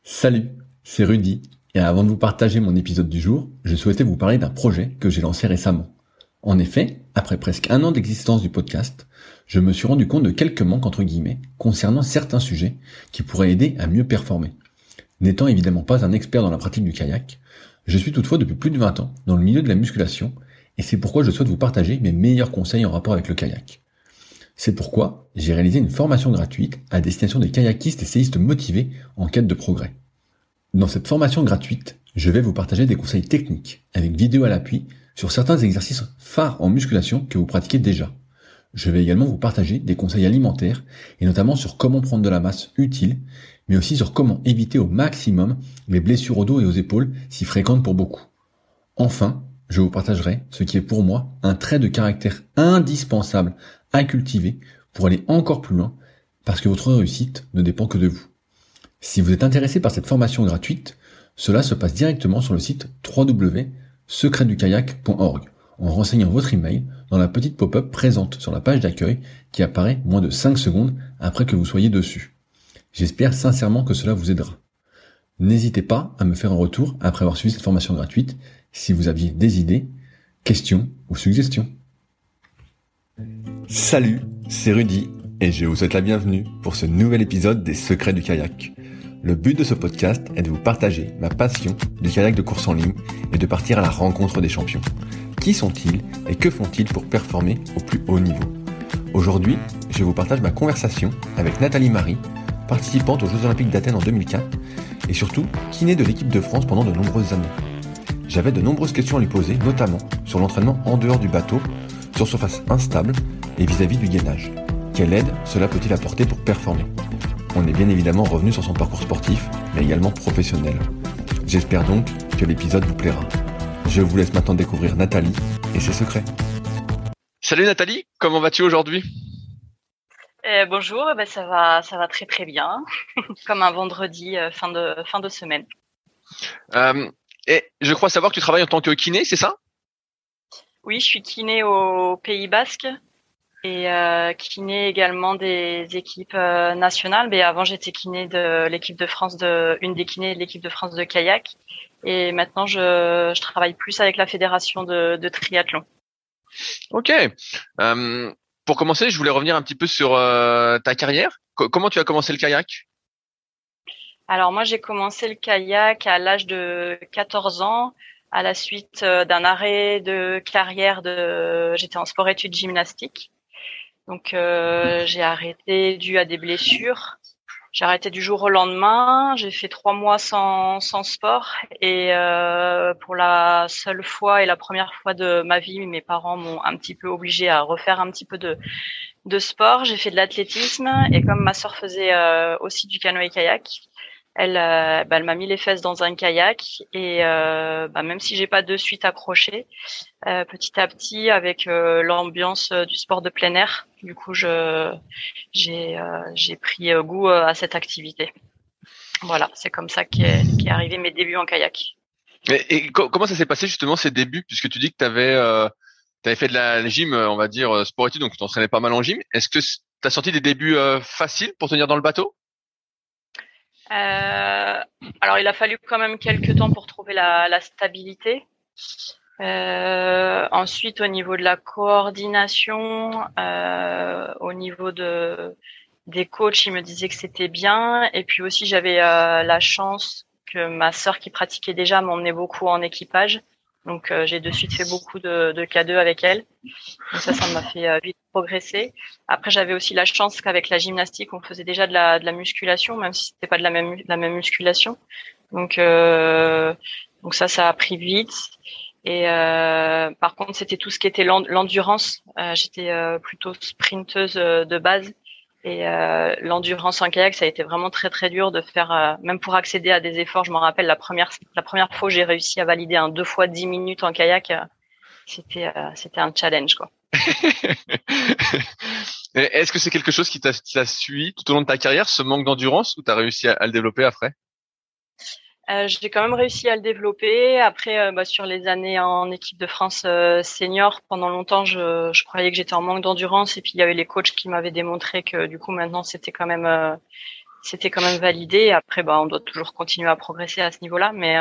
Salut, c'est Rudy, et avant de vous partager mon épisode du jour, je souhaitais vous parler d'un projet que j'ai lancé récemment. En effet, après presque un an d'existence du podcast, je me suis rendu compte de quelques manques entre guillemets concernant certains sujets qui pourraient aider à mieux performer. N'étant évidemment pas un expert dans la pratique du kayak, je suis toutefois depuis plus de 20 ans dans le milieu de la musculation, et c'est pourquoi je souhaite vous partager mes meilleurs conseils en rapport avec le kayak. C'est pourquoi j'ai réalisé une formation gratuite à destination des kayakistes et séistes motivés en quête de progrès. Dans cette formation gratuite, je vais vous partager des conseils techniques, avec vidéo à l'appui, sur certains exercices phares en musculation que vous pratiquez déjà. Je vais également vous partager des conseils alimentaires, et notamment sur comment prendre de la masse utile, mais aussi sur comment éviter au maximum les blessures au dos et aux épaules si fréquentes pour beaucoup. Enfin, je vous partagerai ce qui est pour moi un trait de caractère indispensable à cultiver pour aller encore plus loin, parce que votre réussite ne dépend que de vous. Si vous êtes intéressé par cette formation gratuite, cela se passe directement sur le site www.secretdukayak.org en renseignant votre email dans la petite pop-up présente sur la page d'accueil qui apparaît moins de 5 secondes après que vous soyez dessus. J'espère sincèrement que cela vous aidera. N'hésitez pas à me faire un retour après avoir suivi cette formation gratuite si vous aviez des idées, questions ou suggestions. Salut, c'est Rudy et je vous souhaite la bienvenue pour ce nouvel épisode des Secrets du kayak. Le but de ce podcast est de vous partager ma passion du kayak de course en ligne et de partir à la rencontre des champions. Qui sont-ils et que font-ils pour performer au plus haut niveau? Aujourd'hui, je vous partage ma conversation avec Nathalie Marie, participante aux Jeux Olympiques d'Athènes en 2004 et surtout kiné de l'équipe de France pendant de nombreuses années. J'avais de nombreuses questions à lui poser, notamment sur l'entraînement en dehors du bateau, sur surface instable et vis-à-vis du gainage. Quelle aide cela peut-il apporter pour performer? On est bien évidemment revenu sur son parcours sportif, mais également professionnel. J'espère donc que l'épisode vous plaira. Je vous laisse maintenant découvrir Nathalie et ses secrets. Salut Nathalie, comment vas-tu aujourd'hui? Bonjour, ça va très très bien, comme un vendredi fin de semaine. Et je crois savoir que tu travailles en tant que kiné, c'est ça? Oui, je suis kiné au Pays Basque et kiné également des équipes nationales. Mais avant, j'étais kiné de l'équipe de France une des kinés de l'équipe de France de kayak. Et maintenant, je travaille plus avec la fédération de triathlon. Ok. Pour commencer, je voulais revenir un petit peu sur ta carrière. Comment tu as commencé le kayak? Alors moi, j'ai commencé le kayak à l'âge de 14 ans, à la suite d'un arrêt de carrière j'étais en sport-études gymnastique. Donc j'ai arrêté dû à des blessures. J'ai arrêté du jour au lendemain. J'ai fait 3 mois sans sport et pour la seule fois et la première fois de ma vie, mes parents m'ont un petit peu obligée à refaire un petit peu de sport. J'ai fait de l'athlétisme et comme ma sœur faisait aussi du canoë-kayak, elle m'a mis les fesses dans un kayak et même si j'ai pas de suite accroché, petit à petit avec l'ambiance du sport de plein air, du coup j'ai pris goût à cette activité. Voilà, c'est comme ça qu'est arrivé mes débuts en kayak. Et comment ça s'est passé justement ces débuts, puisque tu dis que tu avais fait de la gym, on va dire sport-études, donc tu t'entraînais pas mal en gym. Est-ce que tu as sorti des débuts faciles pour tenir dans le bateau? Alors il a fallu quand même quelques temps pour trouver la stabilité. Ensuite, au niveau de la coordination, au niveau des coachs, ils me disaient que c'était bien. Et puis aussi, j'avais la chance que ma sœur qui pratiquait déjà m'emmenait beaucoup en équipage. Donc, j'ai de suite fait beaucoup de K2 avec elle. Donc ça m'a fait vite progresser. Après, j'avais aussi la chance qu'avec la gymnastique, on faisait déjà de la musculation, même si c'était pas de la même musculation. Donc ça a pris vite. Et par contre, c'était tout ce qui était l'endurance. J'étais plutôt sprinteuse de base. Et l'endurance en kayak, ça a été vraiment très très dur de faire, même pour accéder à des efforts. Je m'en rappelle la première fois où j'ai réussi à valider un 2 fois 10 minutes en kayak, c'était un challenge quoi. Est-ce que c'est quelque chose qui t'a suivi tout au long de ta carrière, ce manque d'endurance, ou t'as réussi à le développer après? J'ai quand même réussi à le développer. Après, sur les années en équipe de France senior, pendant longtemps, je croyais que j'étais en manque d'endurance. Et puis, il y avait les coachs qui m'avaient démontré que du coup, maintenant, c'était quand même c'était quand même validé. Après, on doit toujours continuer à progresser à ce niveau-là, mais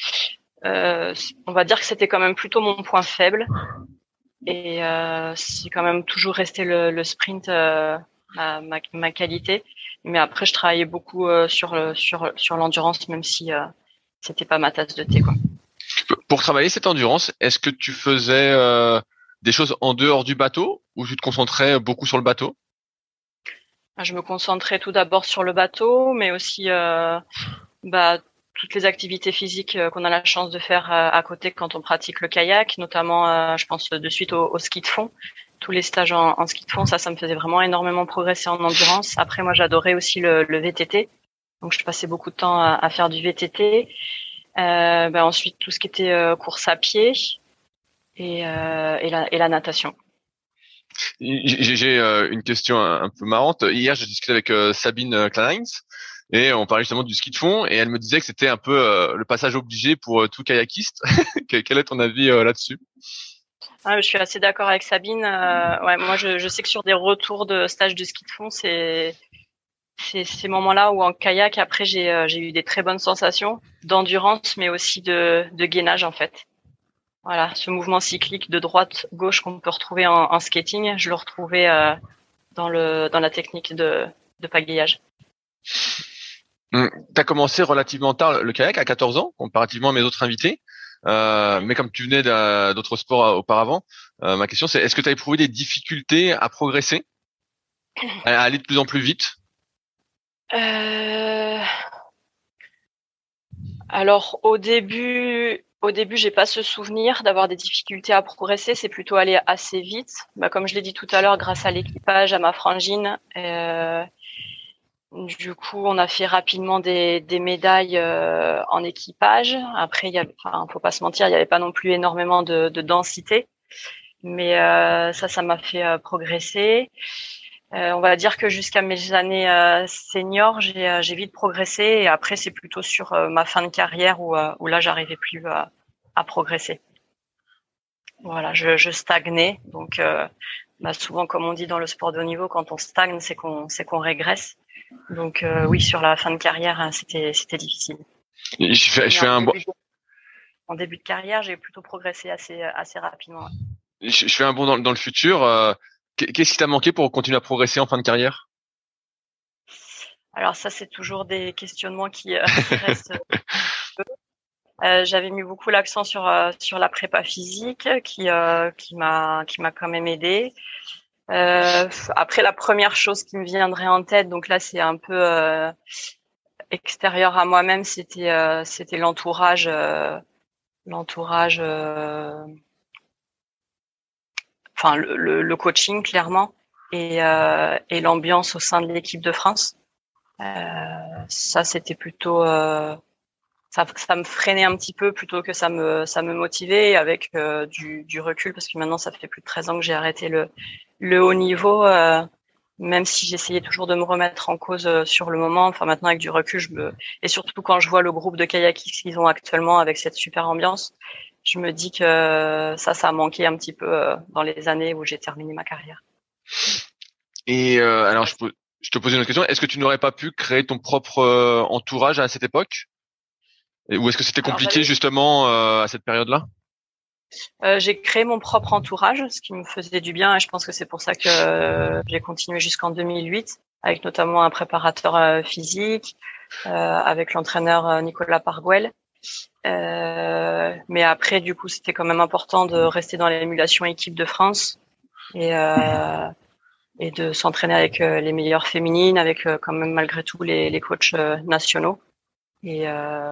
on va dire que c'était quand même plutôt mon point faible. Et c'est quand même toujours resté le sprint ma qualité. Mais après, je travaillais beaucoup sur l'endurance, même si c'était pas ma tasse de thé, quoi. Pour travailler cette endurance, est-ce que tu faisais des choses en dehors du bateau ou tu te concentrais beaucoup sur le bateau? Je me concentrais tout d'abord sur le bateau, mais aussi toutes les activités physiques qu'on a la chance de faire à côté quand on pratique le kayak, notamment je pense de suite au ski de fond. Tous les stages en ski de fond, ça me faisait vraiment énormément progresser en endurance. Après, moi, j'adorais aussi le VTT, donc je passais beaucoup de temps à faire du VTT. Ensuite, tout ce qui était course à pied et la natation. J'ai une question un peu marrante. Hier, j'ai discuté avec Sabine Kleinheinz et on parlait justement du ski de fond et elle me disait que c'était un peu le passage obligé pour tout kayakiste. Quel est ton avis là-dessus? Je suis assez d'accord avec Sabine. Moi, je sais que sur des retours de stage de ski de fond, c'est ces moments-là où en kayak, après, j'ai eu des très bonnes sensations d'endurance, mais aussi de gainage en fait. Voilà, ce mouvement cyclique de droite-gauche qu'on peut retrouver en skating, je le retrouvais dans la technique de pagayage. T'as commencé relativement tard le kayak, à 14 ans, comparativement à mes autres invités. Mais comme tu venais d'autres sports auparavant, ma question c'est est-ce que tu as éprouvé des difficultés à progresser, à aller de plus en plus vite? Alors au début, j'ai pas ce souvenir d'avoir des difficultés à progresser. C'est plutôt aller assez vite. Comme je l'ai dit tout à l'heure, grâce à l'équipage, à ma frangine. Du coup, on a fait rapidement des médailles en équipage. Après, faut pas se mentir, il y avait pas non plus énormément de densité, mais ça m'a fait progresser. On va dire que jusqu'à mes années seniors, j'ai vite progressé. Et après, c'est plutôt sur ma fin de carrière où là, j'arrivais plus à progresser. Voilà, je stagnais. Donc, souvent, comme on dit dans le sport de haut niveau, quand on stagne, c'est qu'on régresse. Donc oui, sur la fin de carrière, c'était difficile. En début de carrière, j'ai plutôt progressé assez rapidement. Ouais. Je fais un bond dans le futur. Qu'est-ce qui t'a manqué pour continuer à progresser en fin de carrière? Alors ça, c'est toujours des questionnements qui restent. J'avais mis beaucoup l'accent sur la prépa physique, qui m'a quand même aidé. Après, la première chose qui me viendrait en tête, donc là c'est un peu extérieur à moi-même, c'était l'entourage, le coaching clairement et l'ambiance au sein de l'équipe de France. Ça c'était plutôt ça me freinait un petit peu plutôt que ça me motivait avec du recul, parce que maintenant ça fait plus de 13 ans que j'ai arrêté le haut niveau, même si j'essayais toujours de me remettre en cause sur le moment. Enfin maintenant avec du recul, et surtout quand je vois le groupe de kayakistes qu'ils ont actuellement avec cette super ambiance, je me dis que ça a manqué un petit peu dans les années où j'ai terminé ma carrière. Et alors je te posais une autre question. Est-ce que tu n'aurais pas pu créer ton propre entourage à cette époque? Ou est-ce que c'était compliqué justement à cette période-là? J'ai créé mon propre entourage, ce qui me faisait du bien, et je pense que c'est pour ça que j'ai continué jusqu'en 2008, avec notamment un préparateur physique, avec l'entraîneur Nicolas Parguel. Mais après, du coup, c'était quand même important de rester dans l'émulation équipe de France et de s'entraîner avec les meilleures féminines, avec quand même malgré tout les coachs nationaux. Et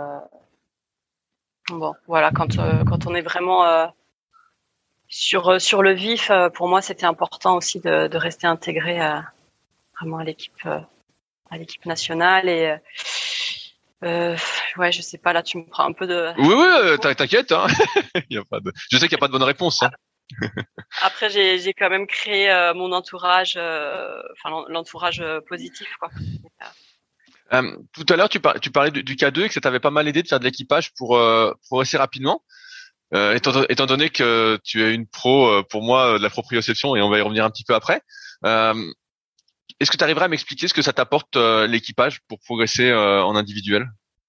bon, voilà, quand on est vraiment sur le vif, pour moi, c'était important aussi de rester intégré vraiment à l'équipe nationale. Et ouais, je sais pas, là, tu me prends un peu de. Oui, t'inquiète. Hein. Je sais qu'il y a pas de bonne réponse. Hein. Après, j'ai quand même créé mon entourage, l'entourage positif, quoi. Tout à l'heure, tu parlais du K2 et que ça t'avait pas mal aidé de faire de l'équipage pour progresser rapidement. Étant donné que tu es une pro, pour moi, de la proprioception, et on va y revenir un petit peu après. est-ce que tu arriverais à m'expliquer ce que ça t'apporte l'équipage pour progresser en individuel?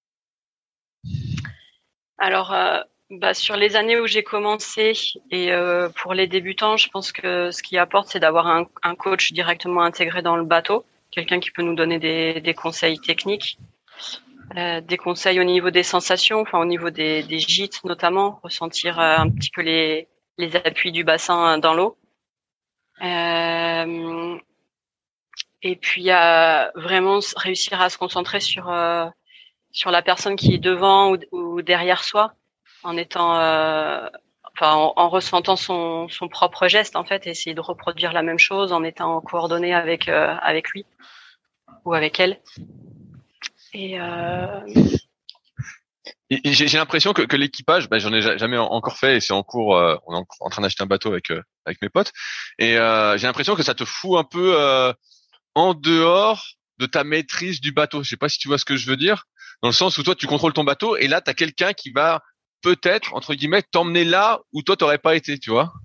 Alors, sur les années où j'ai commencé et pour les débutants, je pense que ce qui apporte, c'est d'avoir un coach directement intégré dans le bateau, quelqu'un qui peut nous donner des conseils techniques, des conseils au niveau des sensations, enfin au niveau des gîtes notamment, ressentir un petit peu les appuis du bassin dans l'eau. Et puis vraiment réussir à se concentrer sur la personne qui est devant ou derrière soi, en étant en ressentant son propre geste en fait, et essayer de reproduire la même chose en étant coordonné avec lui ou avec elle. Et j'ai l'impression que l'équipage, j'en ai jamais encore fait et c'est en cours. On est en train d'acheter un bateau avec mes potes et j'ai l'impression que ça te fout un peu en dehors de ta maîtrise du bateau. Je sais pas si tu vois ce que je veux dire, dans le sens où toi tu contrôles ton bateau et là t'as quelqu'un qui va peut-être entre guillemets t'emmener là où toi t'aurais pas été, tu vois.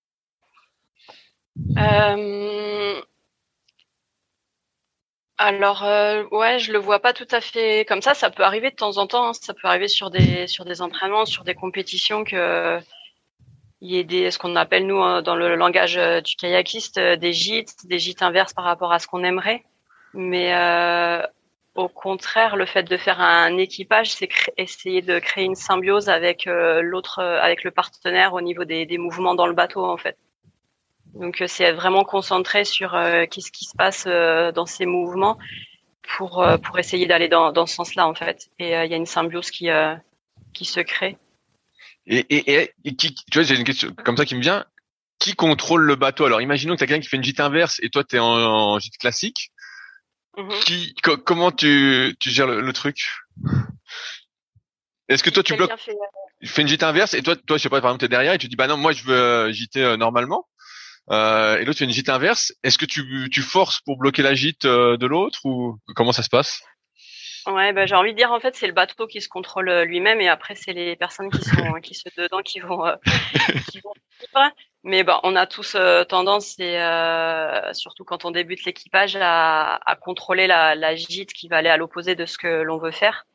Alors ouais, je le vois pas tout à fait comme ça. Ça peut arriver de temps en temps. Hein. Ça peut arriver sur des entraînements, sur des compétitions que il y ait ce qu'on appelle nous dans le langage du kayakiste des gîtes inverses par rapport à ce qu'on aimerait. Mais au contraire, le fait de faire un équipage, c'est essayer de créer une symbiose avec avec le partenaire au niveau des mouvements dans le bateau en fait. Donc c'est vraiment concentré sur qu'est-ce qui se passe dans ces mouvements pour essayer d'aller dans ce sens-là en fait. Et il y a une symbiose qui se crée. Et qui, tu vois, j'ai une question comme ça qui me vient. Qui contrôle le bateau? Alors imaginons que t'as quelqu'un qui fait une gîte inverse et toi t'es en gîte classique. Comment tu gères le truc? Est-ce que toi tu bloques, tu fais une gîte inverse et toi je sais pas, par exemple t'es derrière et tu dis bah non moi je veux gîter normalement. Et l'autre fait une gîte inverse. Est-ce que tu forces pour bloquer la gîte de l'autre ou comment ça se passe? Ouais, j'ai envie de dire en fait c'est le bateau qui se contrôle lui-même et après c'est les personnes qui sont dedans qui vont vivre. Mais on a tous tendance et surtout quand on débute l'équipage à contrôler la gîte qui va aller à l'opposé de ce que l'on veut faire.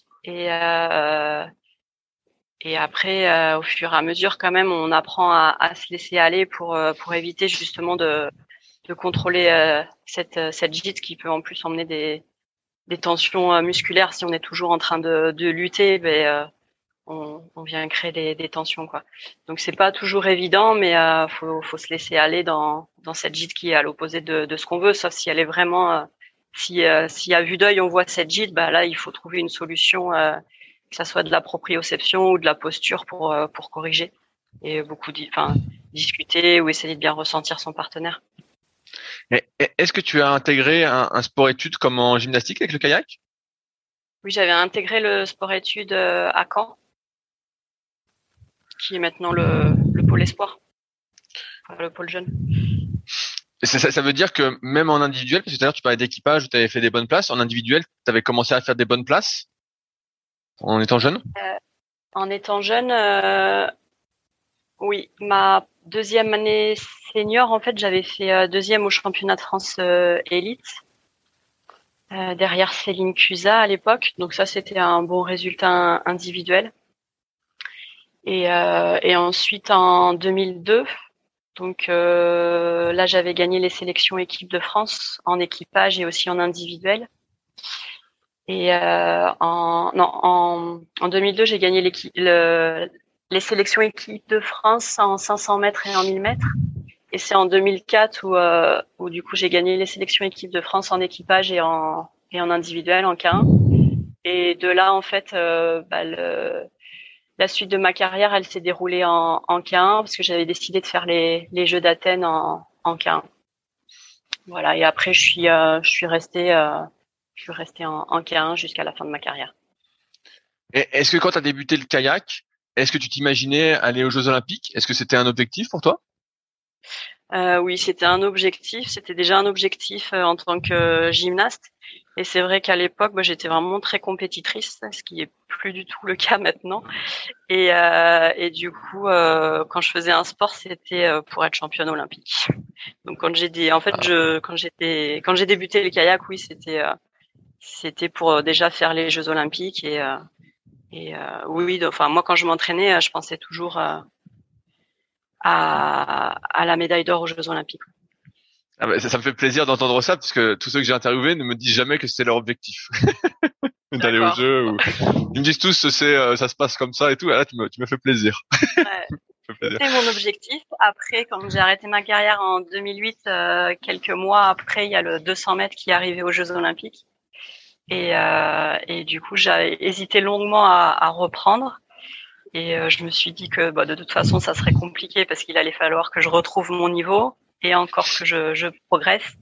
Et après, au fur et à mesure, quand même, on apprend à se laisser aller pour éviter justement de contrôler cette gîte qui peut en plus emmener des tensions musculaires. Si on est toujours en train de lutter, on vient créer des tensions quoi. Donc c'est pas toujours évident, mais faut se laisser aller dans cette gîte qui est à l'opposé de ce qu'on veut, sauf si elle est vraiment si à vue d'œil on voit cette gîte, là il faut trouver une solution. Que ça soit de la proprioception ou de la posture pour corriger et discuter ou essayer de bien ressentir son partenaire. Est-ce que tu as intégré un sport-études comme en gymnastique avec le kayak? Oui, j'avais intégré le sport-études à Caen, qui est maintenant le pôle espoir, le pôle jeune. Ça veut dire que même en individuel, parce que tout à l'heure tu parlais d'équipage, tu avais fait des bonnes places, en individuel, tu avais commencé à faire des bonnes places? En étant jeune? En étant jeune, oui. Ma deuxième année senior, en fait, j'avais fait deuxième au championnat de France élite, derrière Céline Cusa à l'époque. Donc ça, c'était un bon résultat individuel. Et ensuite, en 2002, donc là, j'avais gagné les sélections équipe de France en équipage et aussi en individuel. Et en 2002, j'ai gagné les sélections équipe de France en 500 mètres et en 1000 mètres. Et c'est en 2004 où du coup j'ai gagné les sélections équipe de France en équipage et en individuel en K1. Et de là en fait, la suite de ma carrière, elle s'est déroulée en K1 parce que j'avais décidé de faire les Jeux d'Athènes en K1. Voilà. Et après je suis restée en K1 jusqu'à la fin de ma carrière. Et est-ce que quand tu as débuté le kayak, est-ce que tu t'imaginais aller aux Jeux Olympiques? Est-ce que c'était un objectif pour toi? Oui, c'était un objectif. C'était déjà un objectif en tant que gymnaste. Et c'est vrai qu'à l'époque, j'étais vraiment très compétitrice, ce qui est plus du tout le cas maintenant. Et du coup, quand je faisais un sport, c'était pour être championne olympique. Donc quand j'ai quand j'ai débuté le kayak, oui, c'était pour déjà faire les Jeux olympiques oui, enfin moi quand je m'entraînais, je pensais toujours à la médaille d'or aux Jeux olympiques. Ah bah, ça me fait plaisir d'entendre ça parce que tous ceux que j'ai interviewés ne me disent jamais que c'était leur objectif d'aller aux D'accord. Jeux. Ils me disent tous ça se passe comme ça et tout. Ah, là, tu me fais plaisir. Ouais. C'était mon objectif. Après, quand j'ai arrêté ma carrière en 2008, quelques mois après, il y a le 200 mètres qui est arrivé aux Jeux olympiques. Et du coup, j'ai hésité longuement à reprendre. Et je me suis dit que de toute façon, ça serait compliqué parce qu'il allait falloir que je retrouve mon niveau et encore que je progresse.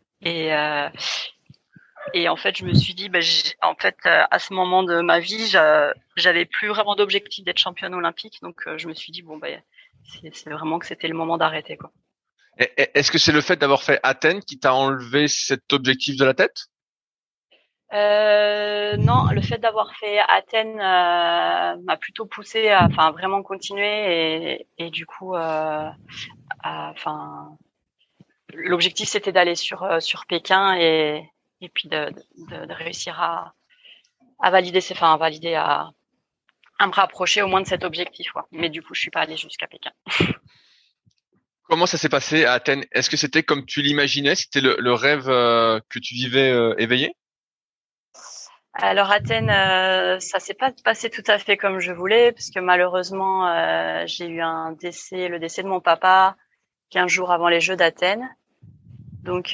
Et en fait, je me suis dit, à ce moment de ma vie, j'avais plus vraiment d'objectif d'être championne olympique. Donc, je me suis dit, c'est vraiment que c'était le moment d'arrêter, quoi. Est-ce que c'est le fait d'avoir fait Athènes qui t'a enlevé cet objectif de la tête? Non, le fait d'avoir fait Athènes m'a plutôt poussé à, vraiment continuer et du coup, l'objectif c'était d'aller sur Pékin et puis de réussir à valider à me rapprocher au moins de cet objectif, quoi. Mais du coup, je suis pas allée jusqu'à Pékin. Comment ça s'est passé à Athènes? Est-ce que c'était comme tu l'imaginais? C'était le rêve que tu vivais éveillé? Alors Athènes, ça s'est pas passé tout à fait comme je voulais, parce que malheureusement, j'ai eu le décès de mon papa 15 jours avant les Jeux d'Athènes. Donc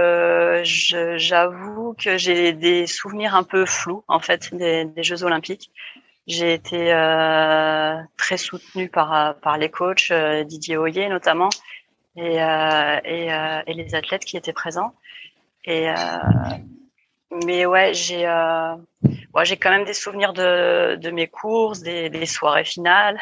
j'avoue que j'ai des souvenirs un peu flous en fait des Jeux olympiques. J'ai été très soutenue par les coachs, Didier Hoyer notamment, et les athlètes qui étaient présents. Mais ouais, j'ai quand même des souvenirs de mes courses, des soirées finales.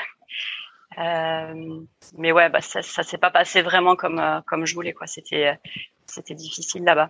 Mais ouais, ça s'est pas passé vraiment comme je voulais, quoi. C'était difficile là-bas.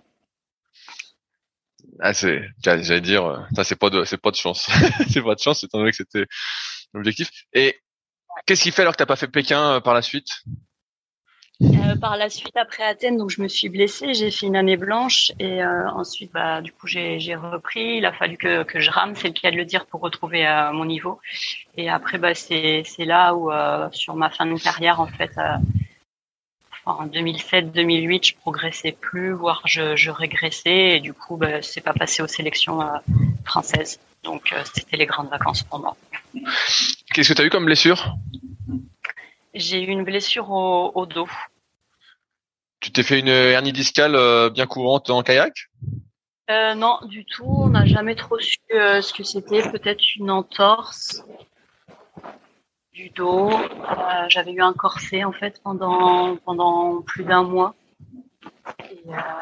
Ah, j'allais dire, ça c'est pas de chance. C'est pas de chance étant donné que c'était l'objectif. Et qu'est-ce qui fait alors que t'as pas fait Pékin par la suite? Par la suite, après Athènes, donc je me suis blessée, j'ai fait une année blanche et ensuite, du coup, j'ai repris. Il a fallu que je rame, c'est le cas de le dire, pour retrouver mon niveau. Et après, c'est là où, sur ma fin de carrière, en fait, en 2007-2008, je progressais plus, voire je régressais et du coup, c'est pas passé aux sélections françaises. Donc, c'était les grandes vacances pour moi. Qu'est-ce que t'as eu comme blessure? J'ai eu une blessure au dos. Tu t'es fait une hernie discale bien courante en kayak? Non, du tout. On n'a jamais trop su ce que c'était. Peut-être une entorse du dos. J'avais eu un corset en fait pendant plus d'un mois. Et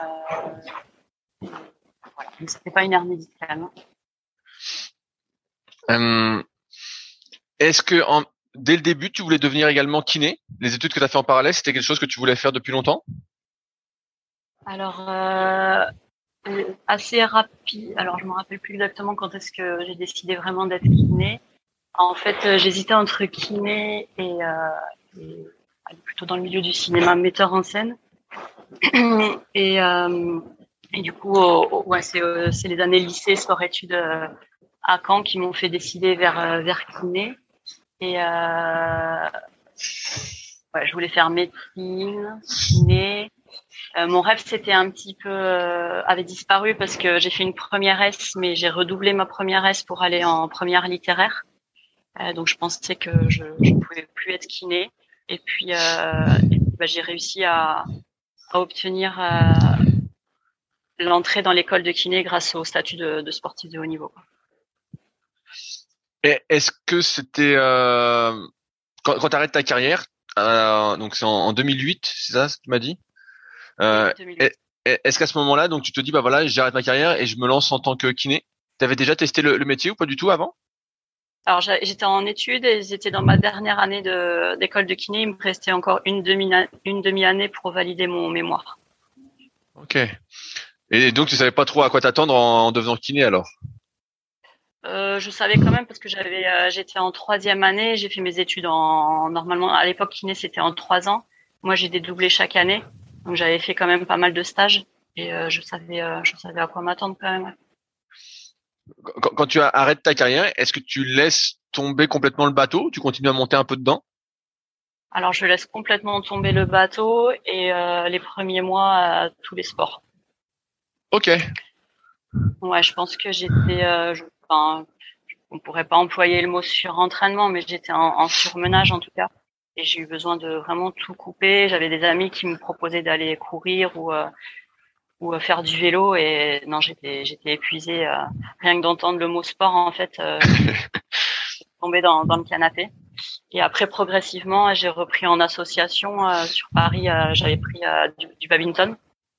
voilà. Mais c'était pas une hernie discale. Est-ce que dès le début, tu voulais devenir également kiné? Les études que tu as fait en parallèle, c'était quelque chose que tu voulais faire depuis longtemps? Alors, assez rapide. Alors, je me rappelle plus exactement quand est-ce que j'ai décidé vraiment d'être kiné. En fait, j'hésitais entre kiné et aller plutôt dans le milieu du cinéma, metteur en scène. Et du coup, c'est les années lycée, sport-études à Caen qui m'ont fait décider vers kiné. Et je voulais faire médecine, kiné. Mon rêve, c'était un petit peu avait disparu parce que j'ai fait une première S, mais j'ai redoublé ma première S pour aller en première littéraire. Donc je pensais que je pouvais plus être kiné. Et puis j'ai réussi à obtenir l'entrée dans l'école de kiné grâce au statut de sportif de haut niveau. Et est-ce que c'était quand tu arrêtes ta carrière, donc c'est en 2008, c'est ça ce que tu m'as dit? 2008. Est-ce qu'à ce moment-là, donc tu te dis voilà, j'arrête ma carrière et je me lance en tant que kiné? T'avais déjà testé le métier ou pas du tout avant? Alors j'étais en études et j'étais dans ma dernière année d'école de kiné. Il me restait encore une demi-année pour valider mon mémoire. Ok. Et donc, tu savais pas trop à quoi t'attendre en devenant kiné alors? Je savais quand même parce que j'étais en troisième année, j'ai fait mes études normalement à l'époque kiné c'était en 3 ans. Moi j'ai dédoublé chaque année, donc j'avais fait quand même pas mal de stages et je savais à quoi m'attendre quand même. Quand tu arrêtes ta carrière, est-ce que tu laisses tomber complètement le bateau ou tu continues à monter un peu dedans? Alors je laisse complètement tomber le bateau et les premiers mois tous les sports. Ok. Ouais, je pense que enfin, on pourrait pas employer le mot surentraînement, mais j'étais en surmenage en tout cas. Et j'ai eu besoin de vraiment tout couper. J'avais des amis qui me proposaient d'aller courir ou faire du vélo et non, j'étais épuisée. Rien que d'entendre le mot sport, en fait, tombée dans le canapé. Et après, progressivement, j'ai repris en association sur Paris. J'avais pris du badminton.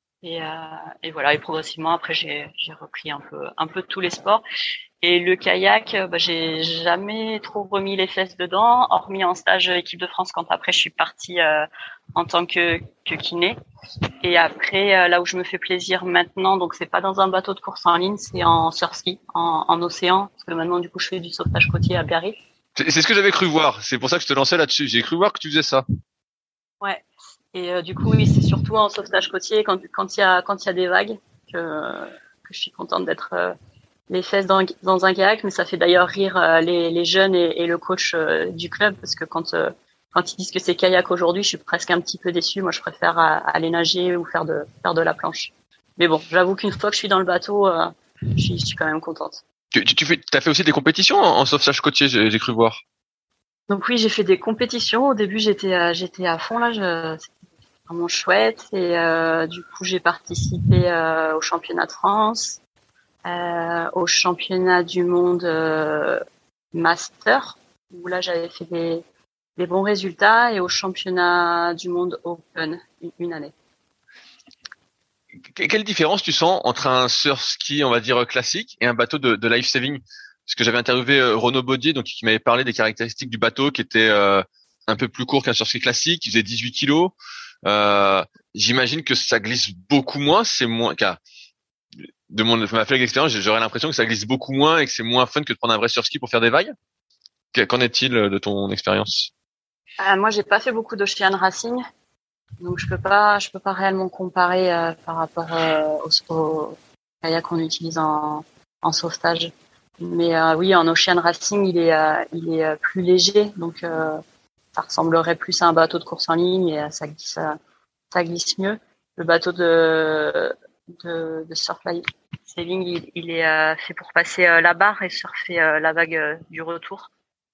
Et voilà. Et progressivement, après, j'ai repris un peu tous les sports. Et le kayak, j'ai jamais trop remis les fesses dedans, hormis en stage équipe de France quand après je suis partie en tant que kiné. Et après, là où je me fais plaisir maintenant, donc c'est pas dans un bateau de course en ligne, c'est en surski, en océan, parce que maintenant du coup je fais du sauvetage côtier à Biarritz. C'est ce que j'avais cru voir. C'est pour ça que je te lançais là-dessus. J'ai cru voir que tu faisais ça. Ouais. Et du coup oui, c'est surtout en sauvetage côtier quand il y a des vagues que je suis contente d'être les fesses dans un kayak, mais ça fait d'ailleurs rire les jeunes et le coach du club parce que quand ils disent que c'est kayak aujourd'hui, je suis presque un petit peu déçue. Moi, je préfère aller nager ou faire de la planche. Mais bon, j'avoue qu'une fois que je suis dans le bateau, je suis quand même contente. T'as fait aussi des compétitions en sauvetage côtier, j'ai cru voir. Donc oui, j'ai fait des compétitions. Au début, j'étais à fond là, c'était vraiment chouette et du coup, j'ai participé au championnat de France. Au championnat du monde master où là j'avais fait des bons résultats et au championnat du monde open une année. Quelle différence tu sens entre un surf ski, on va dire classique, et un bateau de life saving? Parce que j'avais interviewé Renaud Baudier, donc qui m'avait parlé des caractéristiques du bateau, qui était un peu plus court qu'un surf ski classique, qui faisait 18 kilos. J'imagine que ça glisse beaucoup moins, c'est moins. De ma faible expérience, j'aurais l'impression que ça glisse beaucoup moins et que c'est moins fun que de prendre un vrai surski pour faire des vagues. Qu'en est-il de ton expérience? Moi, j'ai pas fait beaucoup d'ocean racing, donc je peux pas réellement comparer par rapport au kayak qu'on utilise en sauvetage. Mais oui, en ocean racing, il est plus léger, donc ça ressemblerait plus à un bateau de course en ligne et ça glisse mieux. Le bateau de surf sailing, il est fait pour passer la barre et surfer la vague du retour.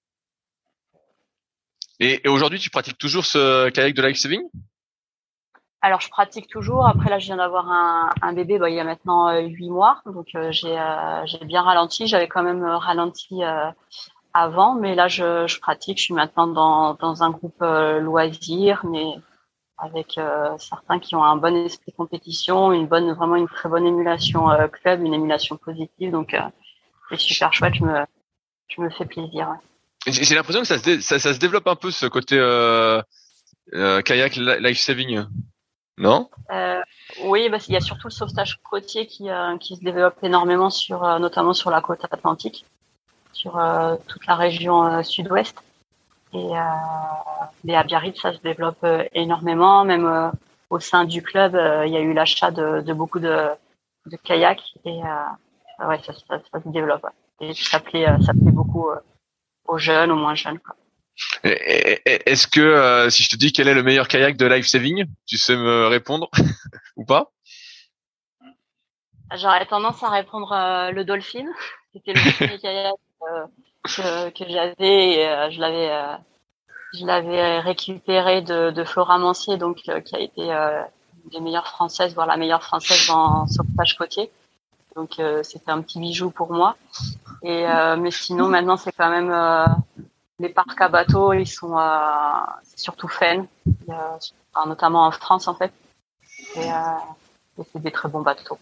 Et aujourd'hui, tu pratiques toujours ce kayak de life saving? Alors, je pratique toujours. Après, là, je viens d'avoir un bébé, il y a maintenant 8 mois. Donc, j'ai bien ralenti. J'avais quand même ralenti avant, mais là, je pratique. Je suis maintenant dans un groupe loisir, mais avec certains qui ont un bon esprit de compétition, vraiment une très bonne émulation club, une émulation positive. Donc, c'est super chouette. Je me fais plaisir. Ouais. J'ai l'impression que ça se développe un peu ce côté kayak life saving, non? Oui, il y a surtout le sauvetage côtier qui se développe énormément notamment sur la côte atlantique, sur toute la région sud-ouest. Et à Biarritz, ça se développe énormément. Même au sein du club, il y a eu l'achat de beaucoup de kayaks et ouais, ça se développe. Ouais. Et ça plaît beaucoup aux jeunes, aux moins jeunes. Quoi. Est-ce que si je te dis quel est le meilleur kayak de life saving, tu sais me répondre ou pas? J'aurais tendance à répondre le Dolphin. C'était le premier kayak que j'avais. Et, je l'avais récupéré de Flora Mancier, donc qui a été une des meilleures françaises, voire la meilleure française en sauvetage côtier. Donc c'était un petit bijou pour moi. Et mais sinon maintenant c'est quand même les parcs à bateaux, ils sont c'est surtout fun, notamment en France en fait. Et c'est des très bons bateaux.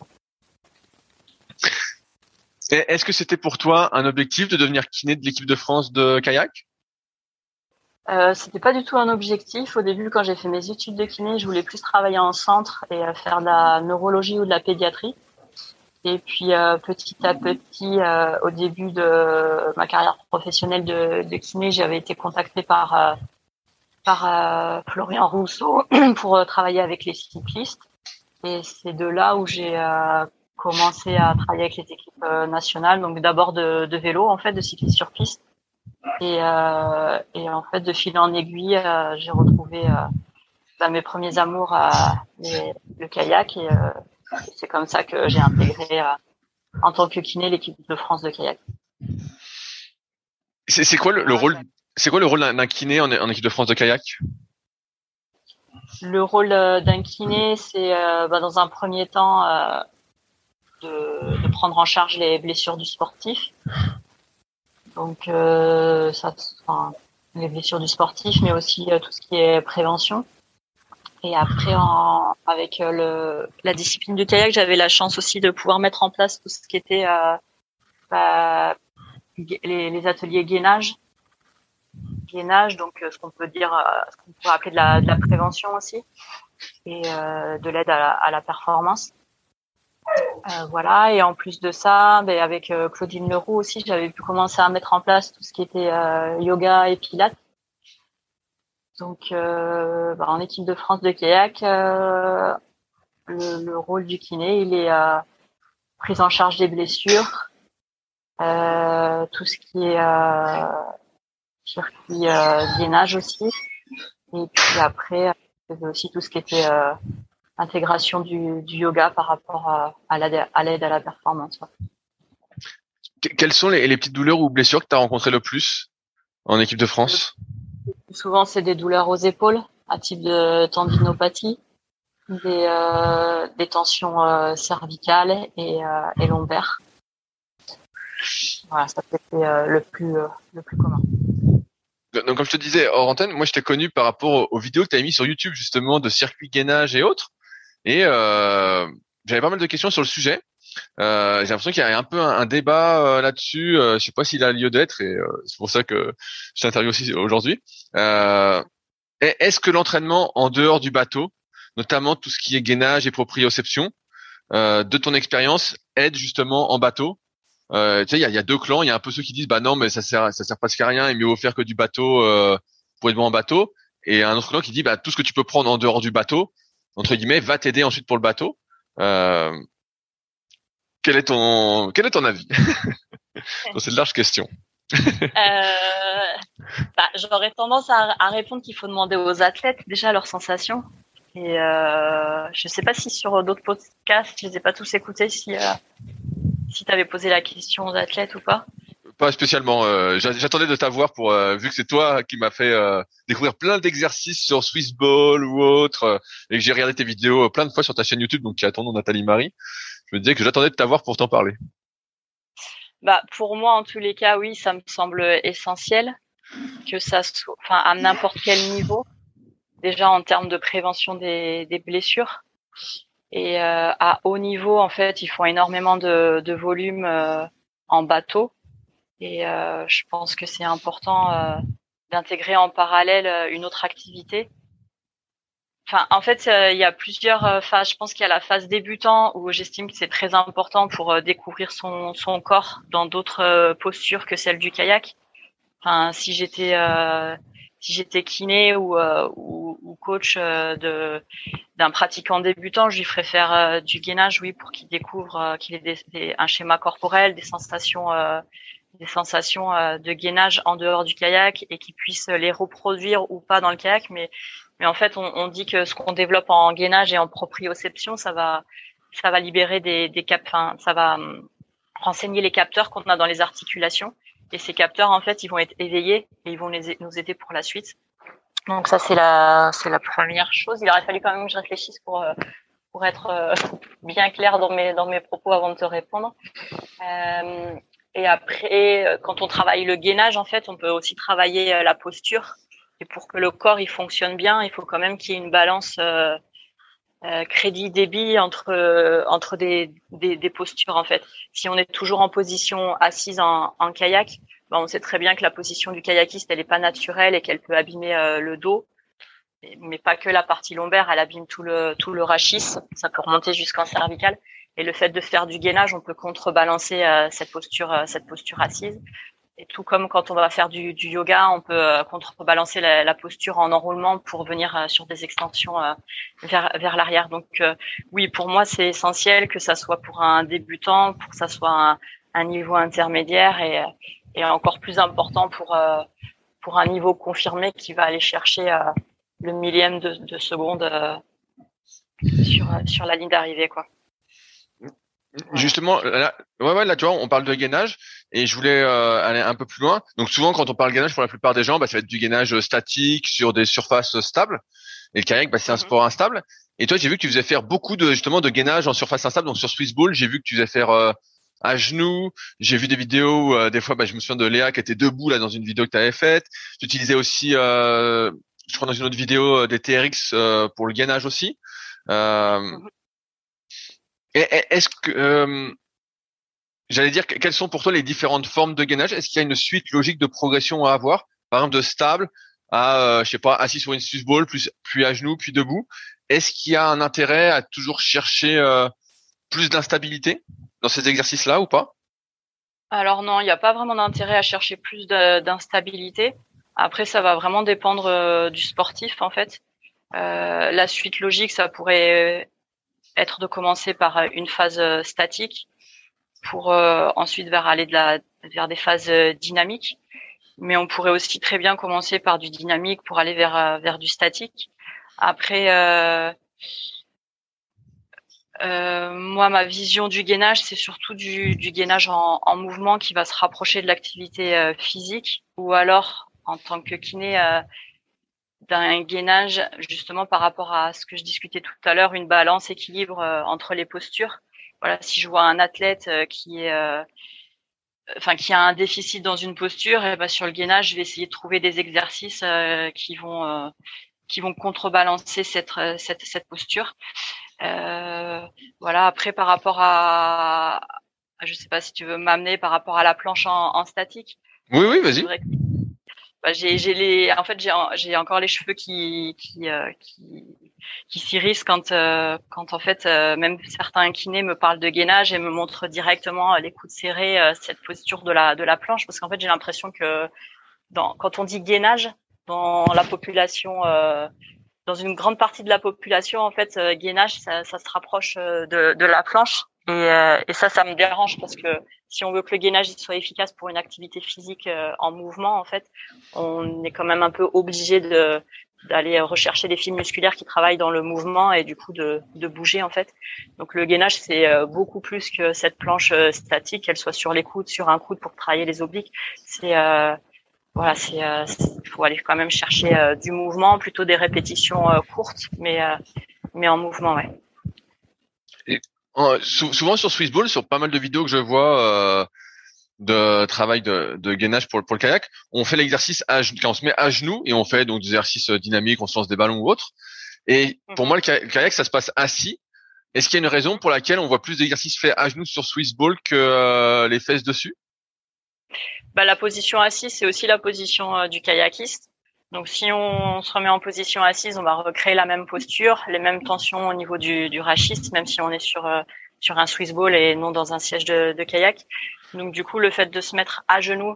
Et est-ce que c'était pour toi un objectif de devenir kiné de l'équipe de France de kayak? C'était pas du tout un objectif. Au début, quand j'ai fait mes études de kiné, je voulais plus travailler en centre et faire de la neurologie ou de la pédiatrie. Et puis petit à petit, au début de ma carrière professionnelle de kiné, j'avais été contactée par Florian Rousseau pour travailler avec les cyclistes. Et c'est de là où j'ai commencé à travailler avec les équipes nationales. Donc d'abord de vélo, en fait, de cyclisme sur piste. Et en fait, de fil en aiguille, j'ai retrouvé mes premiers amours, le kayak. Et c'est comme ça que j'ai intégré en tant que kiné l'équipe de France de kayak. C'est quoi le rôle? C'est quoi le rôle d'un kiné en équipe de France de kayak? Le rôle d'un kiné, c'est dans un premier temps de prendre en charge les blessures du sportif. Donc les blessures du sportif, mais aussi tout ce qui est prévention. Et après, avec la discipline du kayak, j'avais la chance aussi de pouvoir mettre en place tout ce qui était les ateliers gainage, donc ce qu'on peut dire, ce qu'on pourrait appeler de la prévention aussi, et de l'aide à la performance. Voilà. Et en plus de ça, avec Claudine Leroux aussi, j'avais pu commencer à mettre en place tout ce qui était yoga et pilates. Donc, en équipe de France de kayak, le rôle du kiné, il est prise en charge des blessures, tout ce qui est circuit gainage aussi, et puis après aussi tout ce qui était intégration du yoga par rapport à l'aide à la performance. Quelles sont les petites douleurs ou blessures que tu as rencontrées le plus en équipe de France? Souvent, c'est des douleurs aux épaules, à type de tendinopathie, des tensions cervicales et lombaires. Voilà, ça c'était le plus commun. Donc, comme je te disais hors antenne, moi je t'ai connu par rapport aux vidéos que tu avais mis sur YouTube justement de circuit gainage et autres. Et j'avais pas mal de questions sur le sujet. J'ai l'impression qu'il y a un peu un débat là-dessus. Je sais pas s'il a lieu d'être, et c'est pour ça que je t'interviewe aussi aujourd'hui. Est-ce que l'entraînement en dehors du bateau, notamment tout ce qui est gainage et proprioception, de ton expérience, aide justement en bateau? Tu sais, il y a deux clans. Il y a un peu ceux qui disent bah non, mais ça sert presque à rien, et mieux vaut faire que du bateau pour être bon en bateau. Et un autre clan qui dit bah tout ce que tu peux prendre en dehors du bateau, entre guillemets, va t'aider ensuite pour le bateau. Quel est ton avis? C'est une large question. J'aurais tendance à répondre qu'il faut demander aux athlètes déjà leurs sensations. Et je sais pas si sur d'autres podcasts, je les ai pas tous écoutés, si tu avais posé la question aux athlètes ou pas. Pas spécialement. J'attendais de t'avoir pour vu que c'est toi qui m'as fait découvrir plein d'exercices sur Swiss Ball ou autre, et que j'ai regardé tes vidéos plein de fois sur ta chaîne YouTube, donc qui a ton nom, Nathalie Marie. Je me disais que j'attendais de t'avoir pour t'en parler. Pour moi, en tous les cas, oui, ça me semble essentiel que ça soit, à n'importe quel niveau, déjà en termes de prévention des blessures. Et à haut niveau, en fait, ils font énormément de volume en bateau. Et je pense que c'est important d'intégrer en parallèle une autre activité. En fait, il y a plusieurs phases. Je pense qu'il y a la phase débutant où j'estime que c'est très important pour découvrir son corps dans d'autres postures que celle du kayak. Si j'étais kiné ou coach d'un pratiquant débutant, je lui ferais faire du gainage, oui, pour qu'il découvre qu'il ait un schéma corporel, des sensations de gainage en dehors du kayak et qu'il puisse les reproduire ou pas dans le kayak. Mais en fait, on dit que ce qu'on développe en gainage et en proprioception, ça va libérer des ça va renseigner les capteurs qu'on a dans les articulations. Et ces capteurs, en fait, ils vont être éveillés et ils vont nous aider pour la suite. Donc ça, c'est la première chose. Il aurait fallu quand même que je réfléchisse pour être bien clair dans mes propos avant de te répondre. Et après, quand on travaille le gainage, en fait, on peut aussi travailler la posture. Et pour que le corps il fonctionne bien, il faut quand même qu'il y ait une balance crédit-débit entre des postures, en fait. Si on est toujours en position assise en kayak, on sait très bien que la position du kayakiste elle est pas naturelle et qu'elle peut abîmer le dos, mais pas que la partie lombaire, elle abîme tout le rachis, ça peut remonter jusqu'en cervical. Et le fait de faire du gainage, on peut contrebalancer cette posture assise. Et tout comme quand on va faire du yoga, on peut contrebalancer la posture en enroulement pour venir sur des extensions vers l'arrière. Donc oui, pour moi, c'est essentiel que ça soit pour un débutant, pour que ça soit un niveau intermédiaire et encore plus important pour un niveau confirmé qui va aller chercher le millième de seconde sur la ligne d'arrivée, quoi. Justement, là, là, tu vois, on parle de gainage et je voulais aller un peu plus loin. Donc souvent, quand on parle gainage, pour la plupart des gens, ça va être du gainage statique sur des surfaces stables. Et le kayak, c'est un sport instable. Et toi, j'ai vu que tu faisais faire beaucoup de gainage en surface instable. Donc sur Swiss Ball, j'ai vu que tu faisais faire à genoux. J'ai vu des vidéos des fois, je me souviens de Léa qui était debout là dans une vidéo que tu avais faite. Tu utilisais aussi, je crois dans une autre vidéo, des TRX pour le gainage aussi. Est-ce que j'allais dire quelles sont pour toi les différentes formes de gainage? Est-ce qu'il y a une suite logique de progression à avoir? Par exemple, de stable à je sais pas, assis sur une Swiss Ball, puis à genoux, puis debout. Est-ce qu'il y a un intérêt à toujours chercher plus d'instabilité dans ces exercices-là ou pas? Alors non, il n'y a pas vraiment d'intérêt à chercher plus d'instabilité. Après, ça va vraiment dépendre du sportif en fait. La suite logique, ça pourrait être de commencer par une phase statique pour ensuite aller vers des phases dynamiques. Mais on pourrait aussi très bien commencer par du dynamique pour aller vers du statique. Après, moi, ma vision du gainage, c'est surtout du gainage en mouvement qui va se rapprocher de l'activité physique, ou alors en tant que kiné d'un gainage justement par rapport à ce que je discutais tout à l'heure, une balance, équilibre entre les postures. Voilà, si je vois un athlète qui a un déficit dans une posture, et sur le gainage, je vais essayer de trouver des exercices qui vont contrebalancer cette posture. Voilà. Après, par rapport à, je sais pas si tu veux m'amener par rapport à la planche en statique. Oui, vas-y. J'ai encore les cheveux qui s'irrissent quand en fait même certains kinés me parlent de gainage et me montrent directement les coudes serrés, cette posture de la planche, parce qu'en fait j'ai l'impression que quand on dit gainage dans la population, dans une grande partie de la population, en fait gainage ça se rapproche de la planche. Et ça me dérange parce que si on veut que le gainage soit efficace pour une activité physique en mouvement, en fait, on est quand même un peu obligé d'aller rechercher des fibres musculaires qui travaillent dans le mouvement et du coup de bouger en fait. Donc le gainage c'est beaucoup plus que cette planche statique, qu'elle soit sur les coudes, sur un coude pour travailler les obliques. Il faut aller quand même chercher du mouvement, plutôt des répétitions courtes, mais en mouvement, ouais. Souvent sur Swiss Ball, sur pas mal de vidéos que je vois de travail de gainage pour le kayak, on fait l'exercice quand on se met à genoux et on fait donc des exercices dynamiques, on se lance des ballons ou autre. Et pour moi, le kayak, ça se passe assis. Est-ce qu'il y a une raison pour laquelle on voit plus d'exercices faits à genoux sur Swiss Ball que les fesses dessus? La position assise, c'est aussi la position du kayakiste. Donc, si on se remet en position assise, on va recréer la même posture, les mêmes tensions au niveau du rachis, même si on est sur un Swiss Ball et non dans un siège de kayak. Donc, du coup, le fait de se mettre à genoux,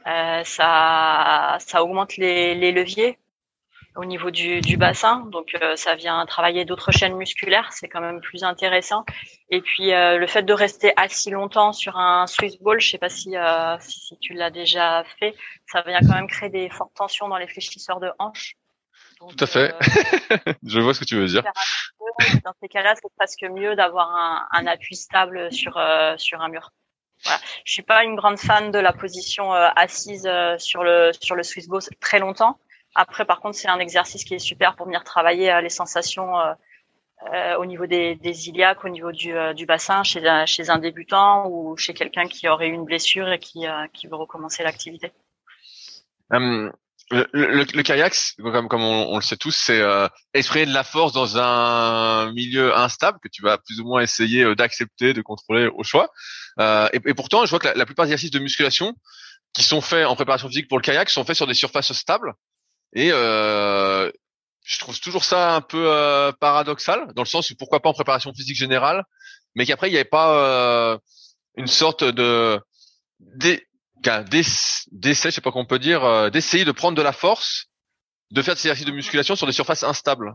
ça augmente les leviers au niveau du bassin. Donc, ça vient travailler d'autres chaînes musculaires. C'est quand même plus intéressant. Et puis, le fait de rester assis longtemps sur un Swiss Ball, je sais pas si tu l'as déjà fait, ça vient quand même créer des fortes tensions dans les fléchisseurs de hanches. Donc, tout à fait. Je vois ce que tu veux dire. Dans ces cas-là, c'est presque mieux d'avoir un appui stable sur un mur. Voilà. Je suis pas une grande fan de la position assise sur le Swiss Ball très longtemps. Après, par contre, c'est un exercice qui est super pour venir travailler les sensations au niveau des iliaques, au niveau du bassin, chez un débutant ou chez quelqu'un qui aurait eu une blessure et qui veut recommencer l'activité. Le kayak, comme on le sait tous, c'est exprimer de la force dans un milieu instable que tu vas plus ou moins essayer d'accepter, de contrôler au choix. Et pourtant, je vois que la plupart des exercices de musculation qui sont faits en préparation physique pour le kayak sont faits sur des surfaces stables. Et je trouve toujours ça un peu paradoxal, dans le sens où pourquoi pas en préparation physique générale, mais qu'après il n'y avait pas une sorte de d'essai, je sais pas comment on peut dire, d'essayer de prendre de la force, de faire des exercices de musculation sur des surfaces instables.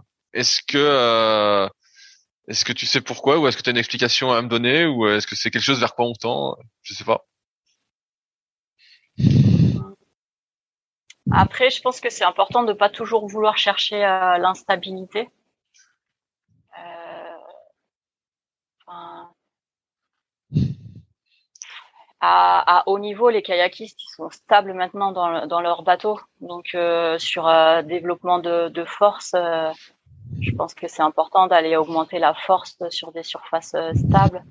Est-ce que tu sais pourquoi, ou est-ce que tu as une explication à me donner, ou est-ce que c'est quelque chose vers quoi on tend? Je sais pas. Après, je pense que c'est important de pas toujours vouloir chercher l'instabilité. Enfin, à haut niveau, les kayakistes ils sont stables maintenant dans leur bateau. Donc sur développement de force, je pense que c'est important d'aller augmenter la force sur des surfaces stables.